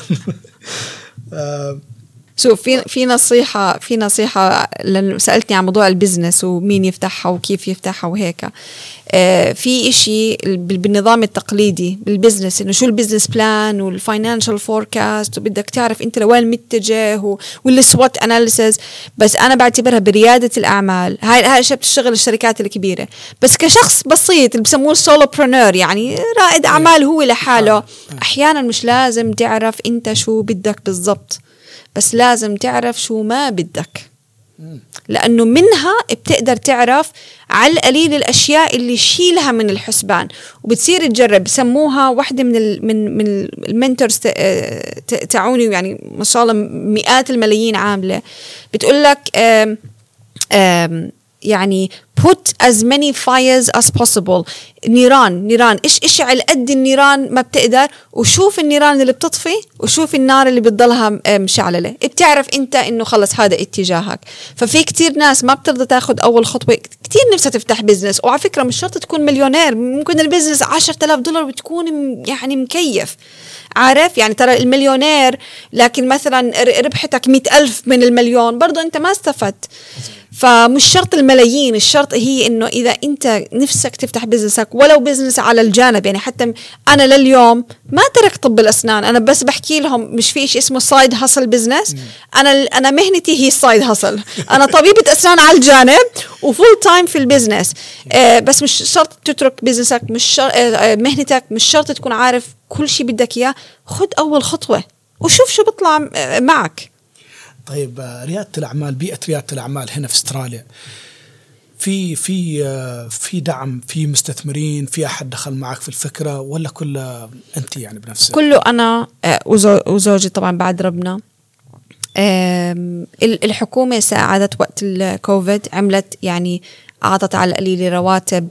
شوف في في نصيحة في نصيحة لأن سألتني عن موضوع البزنس ومين يفتحها وكيف يفتحها وهيك. آه في إشي بالنظام التقليدي بالبزنس إنه شو البزنس بلان والفاينانشال فوركاست وبدك تعرف أنت لوين متجه والسوات أناليسيز. بس أنا بعتبرها بريادة الأعمال، هاي هاي الشيء بتشتغل الشركات الكبيرة. بس كشخص بسيط اللي بسموه سولوبرونور يعني رائد أعمال هو لحاله، أحيانا مش لازم تعرف أنت شو بدك بالضبط، بس لازم تعرف شو ما بدك، لأنه منها بتقدر تعرف على القليل الأشياء اللي شيلها من الحسبان وبتصير تجرب. بسموها واحدة من ال من من المنتورز تعوني يعني ما شاء الله مئات الملايين عاملة، بتقول لك آم آم يعني put as many fires as possible. نيران نيران إيش إيش على قد النيران ما بتقدر، وشوف النيران اللي بتطفي وشوف النار اللي بتضلها مشعللة، بتعرف أنت إنه خلص هذا اتجاهك. ففي كتير ناس ما بترضى تاخد أول خطوة، كتير نفسها تفتح بزنس، وعلى فكرة مش شرط تكون مليونير، ممكن البزنس عشرة آلاف دولار بتكون يعني مكيف، عارف يعني ترى المليونير لكن مثلا ربحتك مئة ألف من المليون برضو أنت ما استفدت. فمش شرط الملايين، الشرط هي إنه إذا أنت نفسك تفتح بزنسك ولو بزنس على الجانب. يعني حتى أنا لليوم ما ترك طب الأسنان، أنا بس بحكي لهم مش في شيء اسمه سايد هاسل بزنس. أنا أنا مهنتي هي سايد هاسل، أنا طبيبة أسنان على الجانب وفول تايم في البزنس. آه بس مش شرط تترك بزنسك، مش شرط آه مهنتك مش شرط تكون عارف كل شيء بدك إياه. خد أول خطوة وشوف شو بطلع معك.
طيب ريادة الأعمال، بيئة ريادة الأعمال هنا في أستراليا في في في دعم، في مستثمرين، في أحد دخل معك في الفكرة ولا كله أنت يعني بنفسك؟
كله أنا وزوجي طبعا بعد ربنا. الحكومة ساعدت وقت الكوفيد، عملت يعني أعطت على القليل رواتب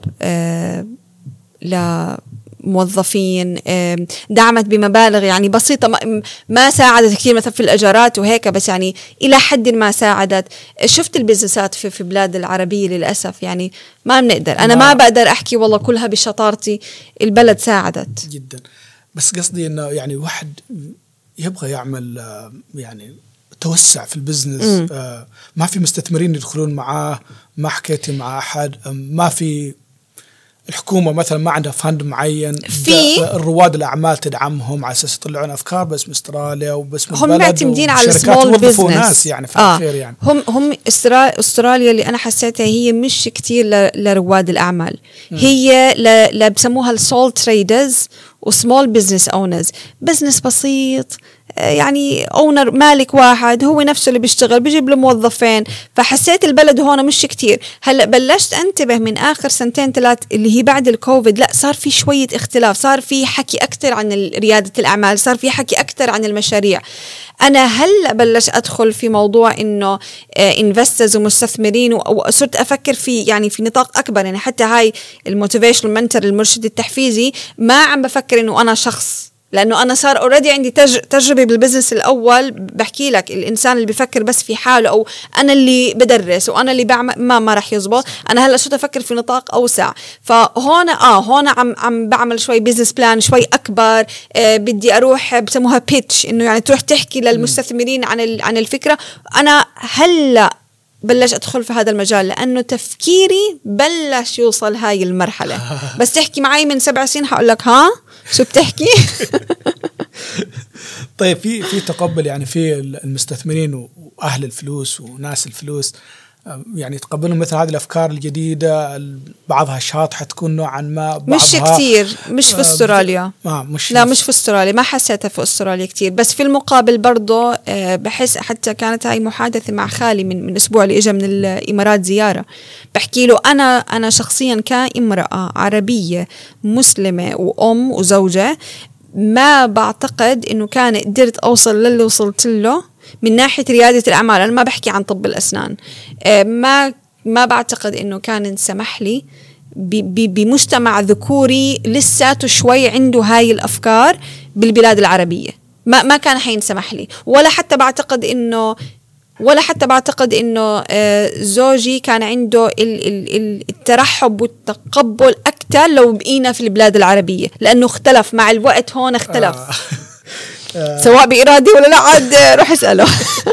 ل موظفين، دعمت بمبالغ يعني بسيطة، ما ساعدت كثير مثلا في الأجارات وهيك، بس يعني إلى حد ما ساعدت. شفت البزنسات في في بلاد العربية للأسف يعني ما بنقدر، أنا ما بقدر أحكي والله كلها بشطارتي، البلد ساعدت
جدا. بس قصدي إنه يعني واحد يبغى يعمل يعني توسع في البزنس، ما في مستثمرين يدخلون معاه، ما حكيتي مع أحد، ما في الحكومة مثلا ما عندها فند معين، في الرواد الأعمال تدعمهم على أساس يطلعون أفكار بس من أستراليا وبس من
هم معتمدين على السمول بزنس
يعني في
آه.
الأخير يعني
هم هم أستراليا اللي أنا حسيتها هي مش كتير لرواد الأعمال، م. هي ل بسموها السول تريدرز وسمول بزنس أونرز، بزنس بسيط يعني أونر مالك واحد هو نفسه اللي بيشتغل بيجيب له موظفين. فحسيت البلد هون مش كتير. هلأ بلشت أنتبه من آخر سنتين ثلاث اللي هي بعد الكوفيد، لا صار في شوية اختلاف، صار في حكي أكتر عن ريادة الأعمال، صار في حكي أكتر عن المشاريع. أنا هلأ بلش أدخل في موضوع إنه انفسترز ومستثمرين، وصرت أفكر في يعني في نطاق أكبر. يعني حتى هاي الموتيفيشنال منتور المرشد التحفيزي ما عم بفكر إنه أنا شخص، لأنه أنا صار أوريدي عندي تج... تجربة بالبزنس الأول. بحكي لك الإنسان اللي بيفكر بس في حاله أو أنا اللي بدرس وأنا اللي بعمل ما ما رح يزبط. أنا هلأ شو أفكر في نطاق أوسع. فهون آه هون عم عم بعمل شوي بزنس بلان شوي أكبر. آه بدي أروح بسموها بيتش، إنه يعني تروح تحكي للمستثمرين عن ال... عن الفكرة. أنا هلأ بلش أدخل في هذا المجال لأنه تفكيري بلش يوصل هاي المرحلة. بس تحكي معي من سبع سنين هقول لك ها شو بتحكي.
طيب في في تقبل يعني في المستثمرين وأهل الفلوس وناس الفلوس يعني تقبلوا مثل هذه الأفكار الجديدة، بعضها شاطحة تكون نوعا ما، بعضها
مش كتير، مش في أستراليا.
آه مش
لا مش في أستراليا، ما حسيتها في أستراليا كتير. بس في المقابل برضو بحس، حتى كانت هاي محادثة مع خالي من من أسبوع اللي إجا من الإمارات زيارة، بحكي له أنا أنا شخصيا كامرأة عربية مسلمة وأم وزوجة ما بعتقد إنه كان قدرت أوصل للي وصلت له من ناحية ريادة الأعمال. أنا ما بحكي عن طب الأسنان، ما ما بعتقد إنه كان انسمح لي بمجتمع ذكوري لساته شوي عنده هاي الأفكار بالبلاد العربية. ما ما كان حينسمح لي، ولا حتى بعتقد إنه ولا حتى بعتقد إنه زوجي كان عنده الترحب والتقبل أكتر لو بقينا في البلاد العربية، لأنه اختلف مع الوقت. هون اختلف آه. سواء بإرادي ولا لا، عاد روح اسأله.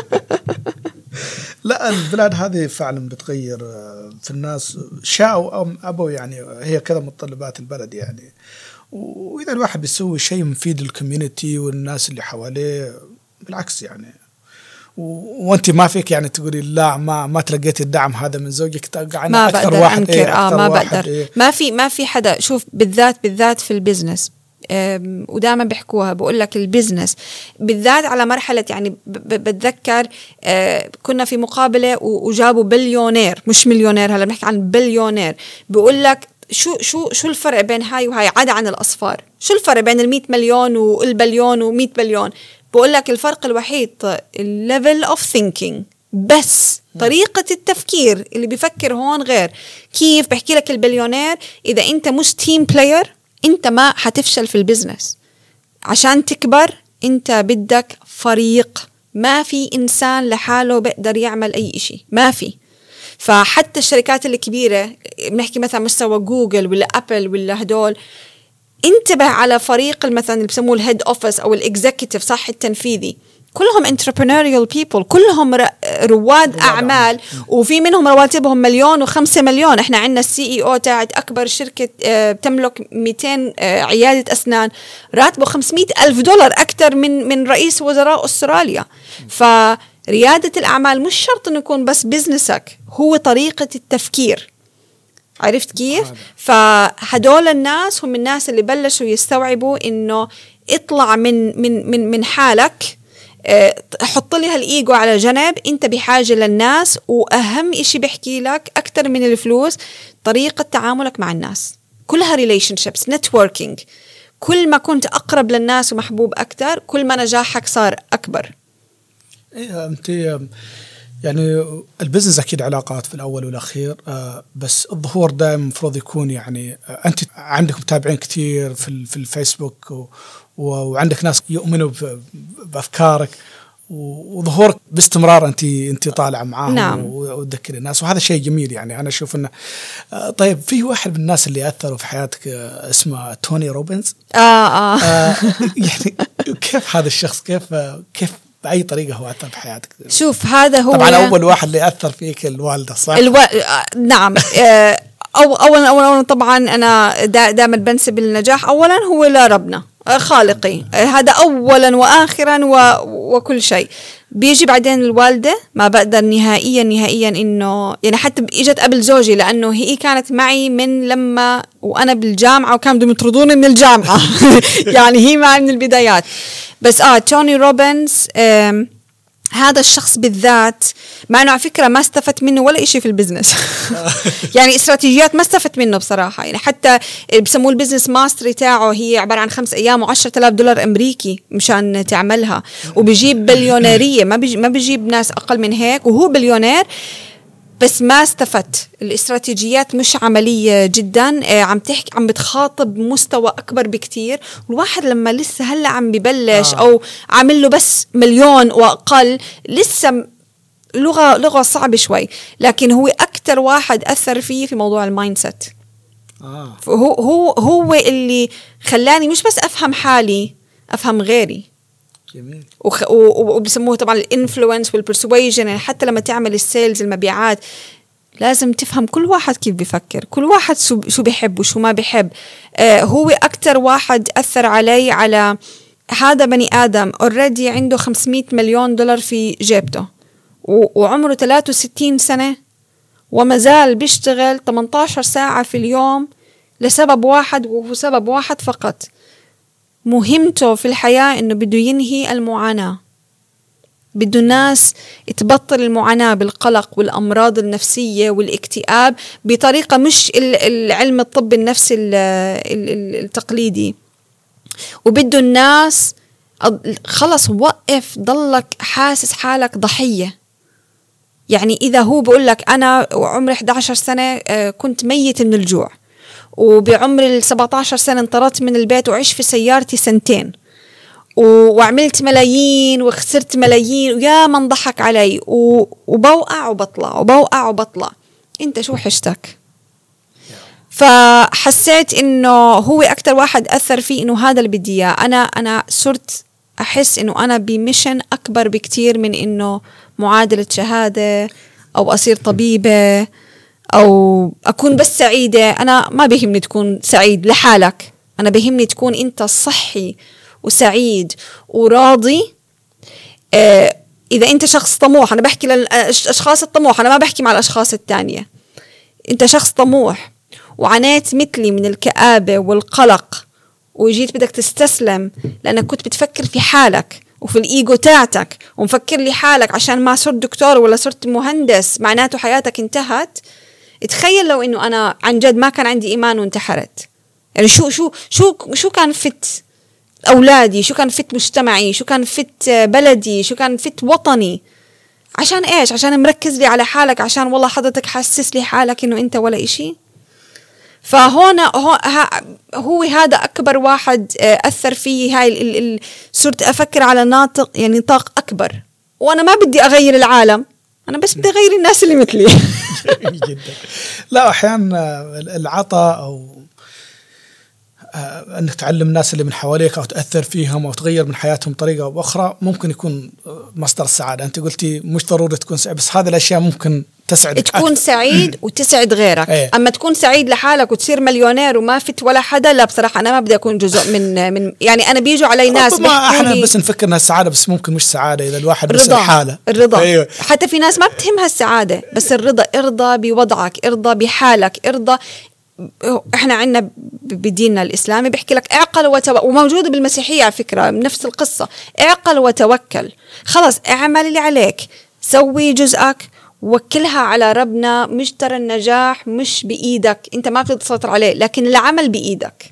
لا، البلاد هذه فعلا بتغير في الناس، شاءوا أو أبوا، يعني هي كذا متطلبات البلد يعني. وإذا الواحد بيسوي شيء مفيد للكوميونتي والناس اللي حواليه بالعكس يعني، وانت ما فيك يعني تقولي لا ما ما تلقيتي الدعم هذا من زوجك.
ما أكثر بقدر واحد أنكر. آه ما بقدر إيه. ما في ما في حدا. شوف بالذات بالذات في البزنس، ودائما بيحكوها، بقول لك البزنس بالذات على مرحلة يعني بتذكر كنا في مقابلة وجابوا بليونير مش مليونير، هلا بنحكي عن بليونير، بقول لك شو شو شو الفرق بين هاي وهاي، عدا عن الأصفار. شو الفرق بين المئة مليون والبليون ومئة بليون؟ بقول لك الفرق الوحيد level of thinking، بس طريقة التفكير اللي بيفكر هون غير. كيف بحكي لك البليونير، إذا أنت مش تيم بلاير أنت ما حتفشل في البزنس. عشان تكبر أنت بدك فريق، ما في إنسان لحاله بيقدر يعمل أي إشي، ما في. فحتى الشركات الكبيرة بنحكي مثلا مستوى جوجل ولا أبل ولا هدول، انتبه على فريق مثلا اللي بسموه الهيد اوفيس او الاكزيكتيف، صح، التنفيذي، كلهم entrepreneurial people، كلهم رواد اعمال، وفي منهم رواتبهم مليون وخمسة مليون. احنا عندنا السي اي او تاعت اكبر شركة تملك مئتين عيادة اسنان راتبه خمسمئة الف دولار، اكتر من من رئيس وزراء استراليا. فريادة الاعمال مش شرط انه يكون بس بزنسك، هو طريقة التفكير. عرفت كيف؟ فهدول الناس هم الناس اللي بلشوا يستوعبوا انه اطلع من من من من حالك، اه حط لي هالايجو على جنب، انت بحاجة للناس، واهم اشي بحكي لك اكتر من الفلوس طريقة تعاملك مع الناس، كلها relationships networking. كل ما كنت اقرب للناس ومحبوب اكتر، كل ما نجاحك صار اكبر.
ايه انت يعني البزنس أكيد علاقات في الأول والأخير، آه بس الظهور دائما مفروض يكون يعني آه أنت عندك متابعين كتير في في الفيسبوك و وعندك ناس يؤمنوا بأفكارك، وظهورك باستمرار أنت أنت طالعة معاهم. نعم. وتذكر الناس، وهذا شيء جميل يعني. أنا أشوف إنه آه طيب في واحد من الناس اللي أثروا في حياتك آه اسمه توني روبنز.
آه آه,
آه يعني كيف هذا الشخص، كيف آه كيف بأي طريقة هو أثر في حياتك؟
شوف هذا هو
طبعا أول واحد اللي أثر فيك الوالدة، صح؟
الو... نعم. أو أولا أولا طبعا أنا دائما بنسب النجاح أولا هو لربنا خالقي، هذا أولا وآخرا و... وكل شيء. بيجي بعدين الوالدة. ما بقدر نهائيا نهائيا إنه يعني حتى إجت قبل زوجي، لأنه هي كانت معي من لما وأنا بالجامعة، وكانوا بدهم يطردوني من الجامعة. يعني هي معي من البدايات. بس آه توني روبنز هذا الشخص بالذات، مع انه على فكره ما استفدت منه ولا إشي في البزنس. يعني استراتيجيات ما استفدت منه بصراحه. يعني حتى بسموه البزنس ماستري تاعه هي عباره عن خمس ايام وعشرة آلاف دولار امريكي مشان تعملها، وبيجيب بليونيريه، ما بيجي ما بيجيب ناس اقل من هيك، وهو بليونير. بس ما استفدت، الاستراتيجيات مش عملية جدا. عم تحكي عم بتخاطب مستوى أكبر بكتير، والواحد لما لسه هلأ عم ببلش آه. أو عامل له بس مليون وأقل، لسه لغة لغة صعبة شوي. لكن هو أكتر واحد أثر فيه في موضوع المايندسيت. آه. هو هو هو اللي خلاني مش بس أفهم حالي، أفهم غيري.
جميل.
وخ... وبسموه طبعا الانفلونس والبرسويجن. يعني حتى لما تعمل السيلز المبيعات لازم تفهم كل واحد كيف بيفكر، كل واحد شو شو بيحب وشو ما بيحب. آه هو أكتر واحد أثر علي على هذا بني آدم already عنده خمسمئة مليون دولار في جيبته، و... وعمره ثلاثة وستين سنة، وما زال بيشتغل ثمانية عشر ساعة في اليوم لسبب واحد، وهو سبب واحد فقط. مهمته في الحياة إنه بده ينهي المعاناة، بده الناس تبطل المعاناة بالقلق والأمراض النفسية والاكتئاب بطريقة مش العلم الطب النفسي التقليدي. وبده الناس خلص وقف ضلك حاسس حالك ضحية. يعني إذا هو بقول لك أنا وعمري إحدى عشرة سنة كنت ميت من الجوع، وبعمر السبعة عشر سنة انطردت من البيت وعيش في سيارتي سنتين، وعملت ملايين وخسرت ملايين ويا من ضحك علي، وبوقع وبطلع وبوقع وبطلع، انت شو حشتك؟ فحسيت انه هو اكتر واحد اثر فيه انه هذا اللي بدي اياه. انا انا صرت احس انه انا بميشن اكبر بكتير من انه معادلة شهادة او اصير طبيبة او اكون بس سعيدة. انا ما بيهمني تكون سعيد لحالك، انا بيهمني تكون انت صحي وسعيد وراضي. آه إذا أنت شخص طموح، أنا بحكي للأشخاص الطموح، أنا ما بحكي مع الأشخاص التانية. أنت شخص طموح وعانيت مثلي من الكآبة والقلق وجيت بدك تستسلم لأنك كنت بتفكر في حالك وفي الإيجو تاعتك ومفكر لي حالك عشان ما صرت دكتور ولا صرت مهندس معناته حياتك انتهت. تخيل لو إنه أنا عن جد ما كان عندي إيمان وانتحرت، يعني شو شو شو شو كان فت أولادي، شو كان فت مجتمعي، شو كان فت بلدي، شو كان فت وطني. عشان إيش؟ عشان مركز لي على حالك، عشان والله حضرتك حسس لي حالك إنه أنت ولا إشي. فهون هو, هو هذا أكبر واحد أثر فيه. هاي ال ال صرت أفكر على ناطق يعني نطاق أكبر، وأنا ما بدي أغير العالم، أنا بس بدي أغير الناس اللي مثلي.
جميل جدا. لا أحيانا العطاء أو أنك تعلم الناس اللي من حواليك أو تأثر فيهم أو تغير من حياتهم بطريقة أو أخرى ممكن يكون مصدر السعادة. أنت قلتي مش ضروري تكون سعيد، بس هذه الأشياء ممكن تسعدك
تكون
أكثر.
سعيد وتسعد غيرك.
أيه.
أما تكون سعيد لحالك وتصير مليونير وما فت ولا حدا، لا بصراحة أنا ما بدي أكون جزء من من يعني أنا بيجوا علي ناس
ما إحنا بس نفكر إنها السعادة، بس ممكن مش سعادة إذا الواحد بس
الرضا.
الحالة
الرضا.
أيوه.
حتى في ناس ما بتهمها السعادة، بس الرضا. ارضى بوضعك، ارضى بحالك، ارضى. احنا عندنا بديننا الإسلامي بيحكي لك اعقل وتوكل، وموجود بالمسيحية على فكرة نفس القصة، اعقل وتوكل. خلاص اعمل اللي عليك، سوي جزءك، وكلها على ربنا. مش ترى النجاح مش بإيدك، انت ما بتقدر تسيطر عليه، لكن العمل بإيدك.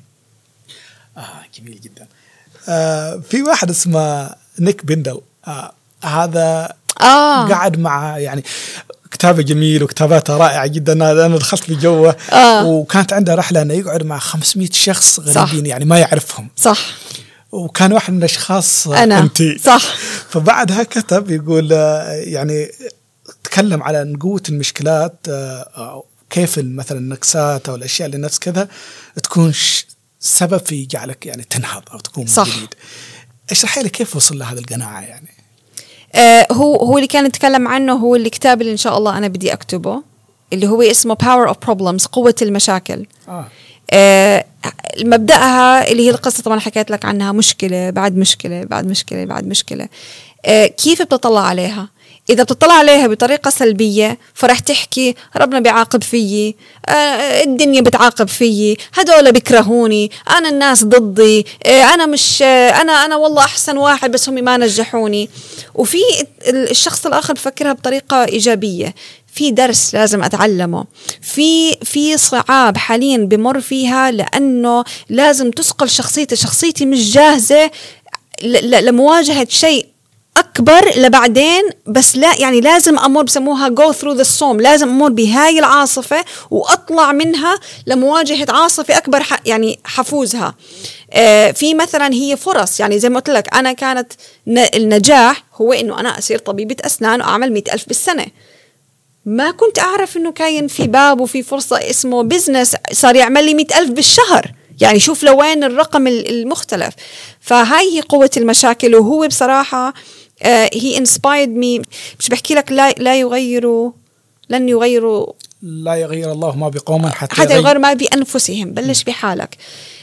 آه جميل جدا. آه في واحد اسمه نيك بندل، آه هذا آه. قاعد مع يعني كتابه جميل وكتاباته رائعة جدا. أنا دخلت في جوه آه. وكانت عنده رحلة أنه يقعد مع خمسمائة شخص غريبين صح. يعني ما يعرفهم
صح.
وكان واحد من الأشخاص
أنا
أنتي
صح.
فبعدها كتب يقول يعني تكلم على قوة المشكلات، كيف مثلا النكسات أو الأشياء اللي نفس كذا تكون سبب في جعلك يعني تنهض أو تكون
صح.
جديد. اشرحي لي كيف وصل لهذه القناعة يعني.
آه هو هو اللي كان يتكلم عنه هو الكتاب اللي إن شاء الله أنا بدي أكتبه، اللي هو اسمه Power of Problems، قوة المشاكل. آه. آه مبدأها اللي هي القصة طبعا حكيت لك عنها، مشكلة بعد مشكلة بعد مشكلة بعد مشكلة. آه كيف بتطلع عليها؟ إذا بتطلع عليها بطريقة سلبية فرح تحكي ربنا بيعاقب فيي، آه الدنيا بتعاقب فيي، هدول بيكرهوني، أنا الناس ضدي، آه أنا مش آه أنا أنا والله أحسن واحد بس هم ما نجحوني. وفي الشخص الآخر بفكرها بطريقة إيجابية، في درس لازم أتعلمه، في في صعاب حاليا بمر فيها لأنه لازم تسقل شخصيتي، شخصيتي مش جاهزة لمواجهة شيء أكبر لبعدين، بس لا يعني لازم أمر بسموها go through the storm، لازم أمر بهاي العاصفة وأطلع منها لمواجهة عاصفة أكبر يعني حفوزها. آه في مثلا هي فرص، يعني زي ما قلت لك أنا كانت النجاح هو إنه أنا أصير طبيبة أسنان وأعمل مئة ألف بالسنة. ما كنت أعرف إنه كاين في باب وفي فرصة اسمه بيزنس صار يعمل لي مئة ألف بالشهر، يعني شوف لوين الرقم المختلف. فهاي هي قوة المشاكل. وهو بصراحة هي inspired me، مش بحكي لك لا لا يغيروا لن يغيروا
لا يغير الله ما بقوم حتى,
حتى يغير ما بأنفسهم، بلش بحالك.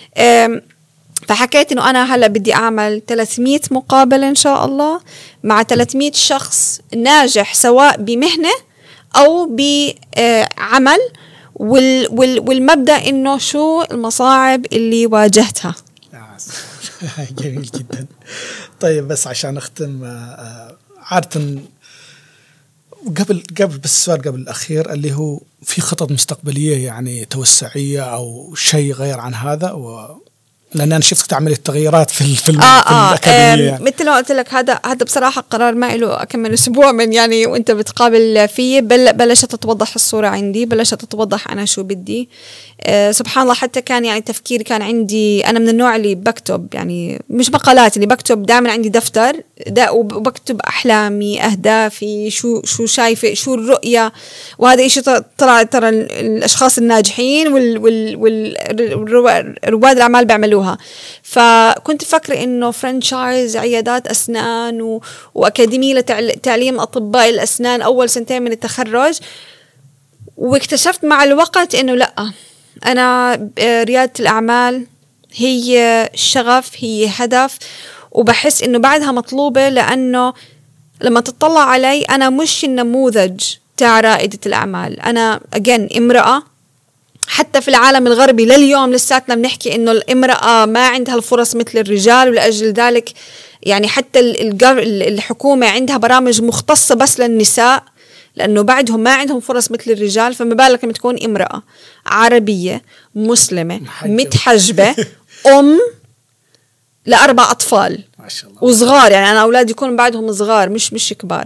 فحكيت إنه أنا هلأ بدي أعمل ثلاثمئة مقابلة إن شاء الله مع ثلاثمئة شخص ناجح سواء بمهنة أو بعمل، وال وال والمبدأ إنه شو المصاعب اللي واجهتها.
جميل جدا. طيب بس عشان أختم، عادة قبل قبل بس السؤال قبل الأخير اللي هو في خطط مستقبلية يعني توسعية أو شيء غير عن هذا و لأن أنا شفتك تعملي التغييرات في في,
آه
في
آه
الأكاديمية يعني.
مثل ما قلت لك هذا هذا بصراحة قرار ما له أكمل أسبوع من يعني وأنت بتقابل فيه بل بلشت تتوضح الصورة عندي، بلشت تتوضح أنا شو بدي. آه سبحان الله، حتى كان يعني تفكيري كان عندي، أنا من النوع اللي بكتب يعني مش مقالات، اللي بكتب دائما عندي دفتر دا وبكتب أحلامي، أهدافي، شو شو شايفة، شو الرؤية. وهذا إشي طلع ترى الأشخاص الناجحين وال وال والرواد الأعمال بيعملوها. فكنت فكرة إنه فرانشايز عيادات أسنان و... وأكاديمية لتعليم أطباء الأسنان أول سنتين من التخرج. واكتشفت مع الوقت إنه لأ، أنا ريادة الأعمال هي شغف، هي هدف، وبحس إنه بعدها مطلوبة. لأنه لما تطلع علي أنا مش النموذج تاع رائدة الأعمال، أنا again امرأة. حتى في العالم الغربي لليوم لساتنا بنحكي إنه الامرأة ما عندها الفرص مثل الرجال، ولأجل ذلك يعني حتى الحكومة عندها برامج مختصة بس للنساء، لأنه بعدهم ما عندهم فرص مثل الرجال. فما بالك لما تكون امرأة عربية مسلمة متحجبة أم لأربع أطفال
ما شاء الله
وصغار، يعني أنا أولادي يكونوا بعدهم صغار مش مش كبار.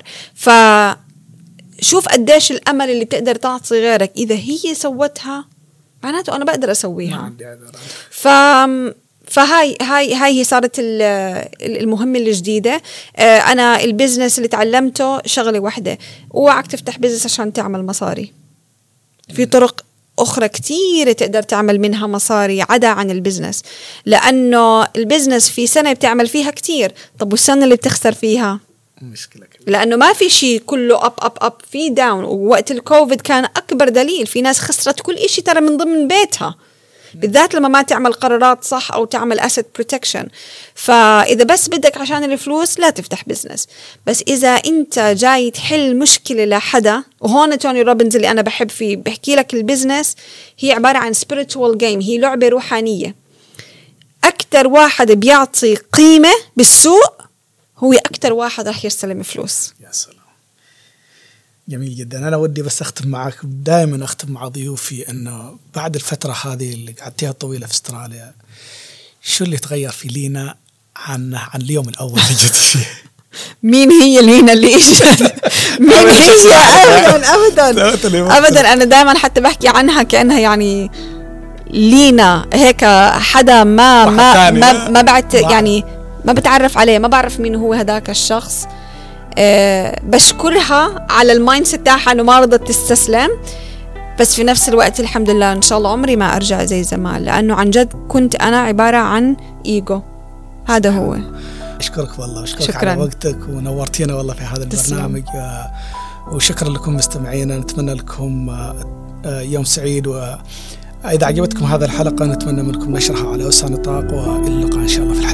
فشوف قديش الأمل اللي بتقدر تعطي غيرك، إذا هي سوتها معناته أنا بقدر أسويها. ف فهاي هاي هاي هي صارت المهمة الجديدة. أنا البزنس اللي تعلمته شغلة واحدة، اوعك تفتح بزنس عشان تعمل مصاري. في طرق أخرى كتير تقدر تعمل منها مصاري عدا عن البزنس، لأنه البزنس في سنة بتعمل فيها كتير، طب والسنة اللي بتخسر فيها
مشكلة كبيرة.
لأنه ما في شيء كله أب أب أب في داون. ووقت الكوفيد كان أكبر دليل، في ناس خسرت كل إشي ترى من ضمن بيتها، بالذات لما ما تعمل قرارات صح أو تعمل asset protection. فإذا بس بدك عشان الفلوس لا تفتح بزنس. بس إذا أنت جاي تحل مشكلة لحدا، وهون توني روبنز اللي أنا بحب فيه بحكي لك البزنس هي عبارة عن spiritual game، هي لعبة روحانية. أكتر واحد بيعطي قيمة بالسوق هو أكتر واحد راح يستلم فلوس.
يا سلام، جميل جدا. أنا ودي بس أختم معك، دائما أختم مع ضيوفي أنه بعد الفترة هذه اللي قعدتها طويلة في أستراليا، شو اللي تغير في لينا عن عن اليوم الأول اللي جت فيه؟
مين هي لينا اللي إجت؟ مين هي؟ أبدا أبدا أبدا. أنا دائما حتى بحكي عنها كأنها يعني لينا هيك حدا ما ما ما, ما بعت يعني ما بتعرف عليه، ما بعرف مين هو هذاك الشخص. أه بشكرها على المايند سيت تاعها انه ما رضت تستسلم، بس في نفس الوقت الحمد لله ان شاء الله عمري ما ارجع زي زمان، لانه عن جد كنت انا عبارة عن ايجو. هذا هو. اشكرك والله، اشكرك على وقتك ونورتينا والله في هذا البرنامج. أه وشكرا لكم مستمعينا، نتمنى لكم أه يوم سعيد، واذا عجبتكم هذا الحلقة نتمنى منكم نشرها على وسع نطاق، والى اللقاء ان شاء الله في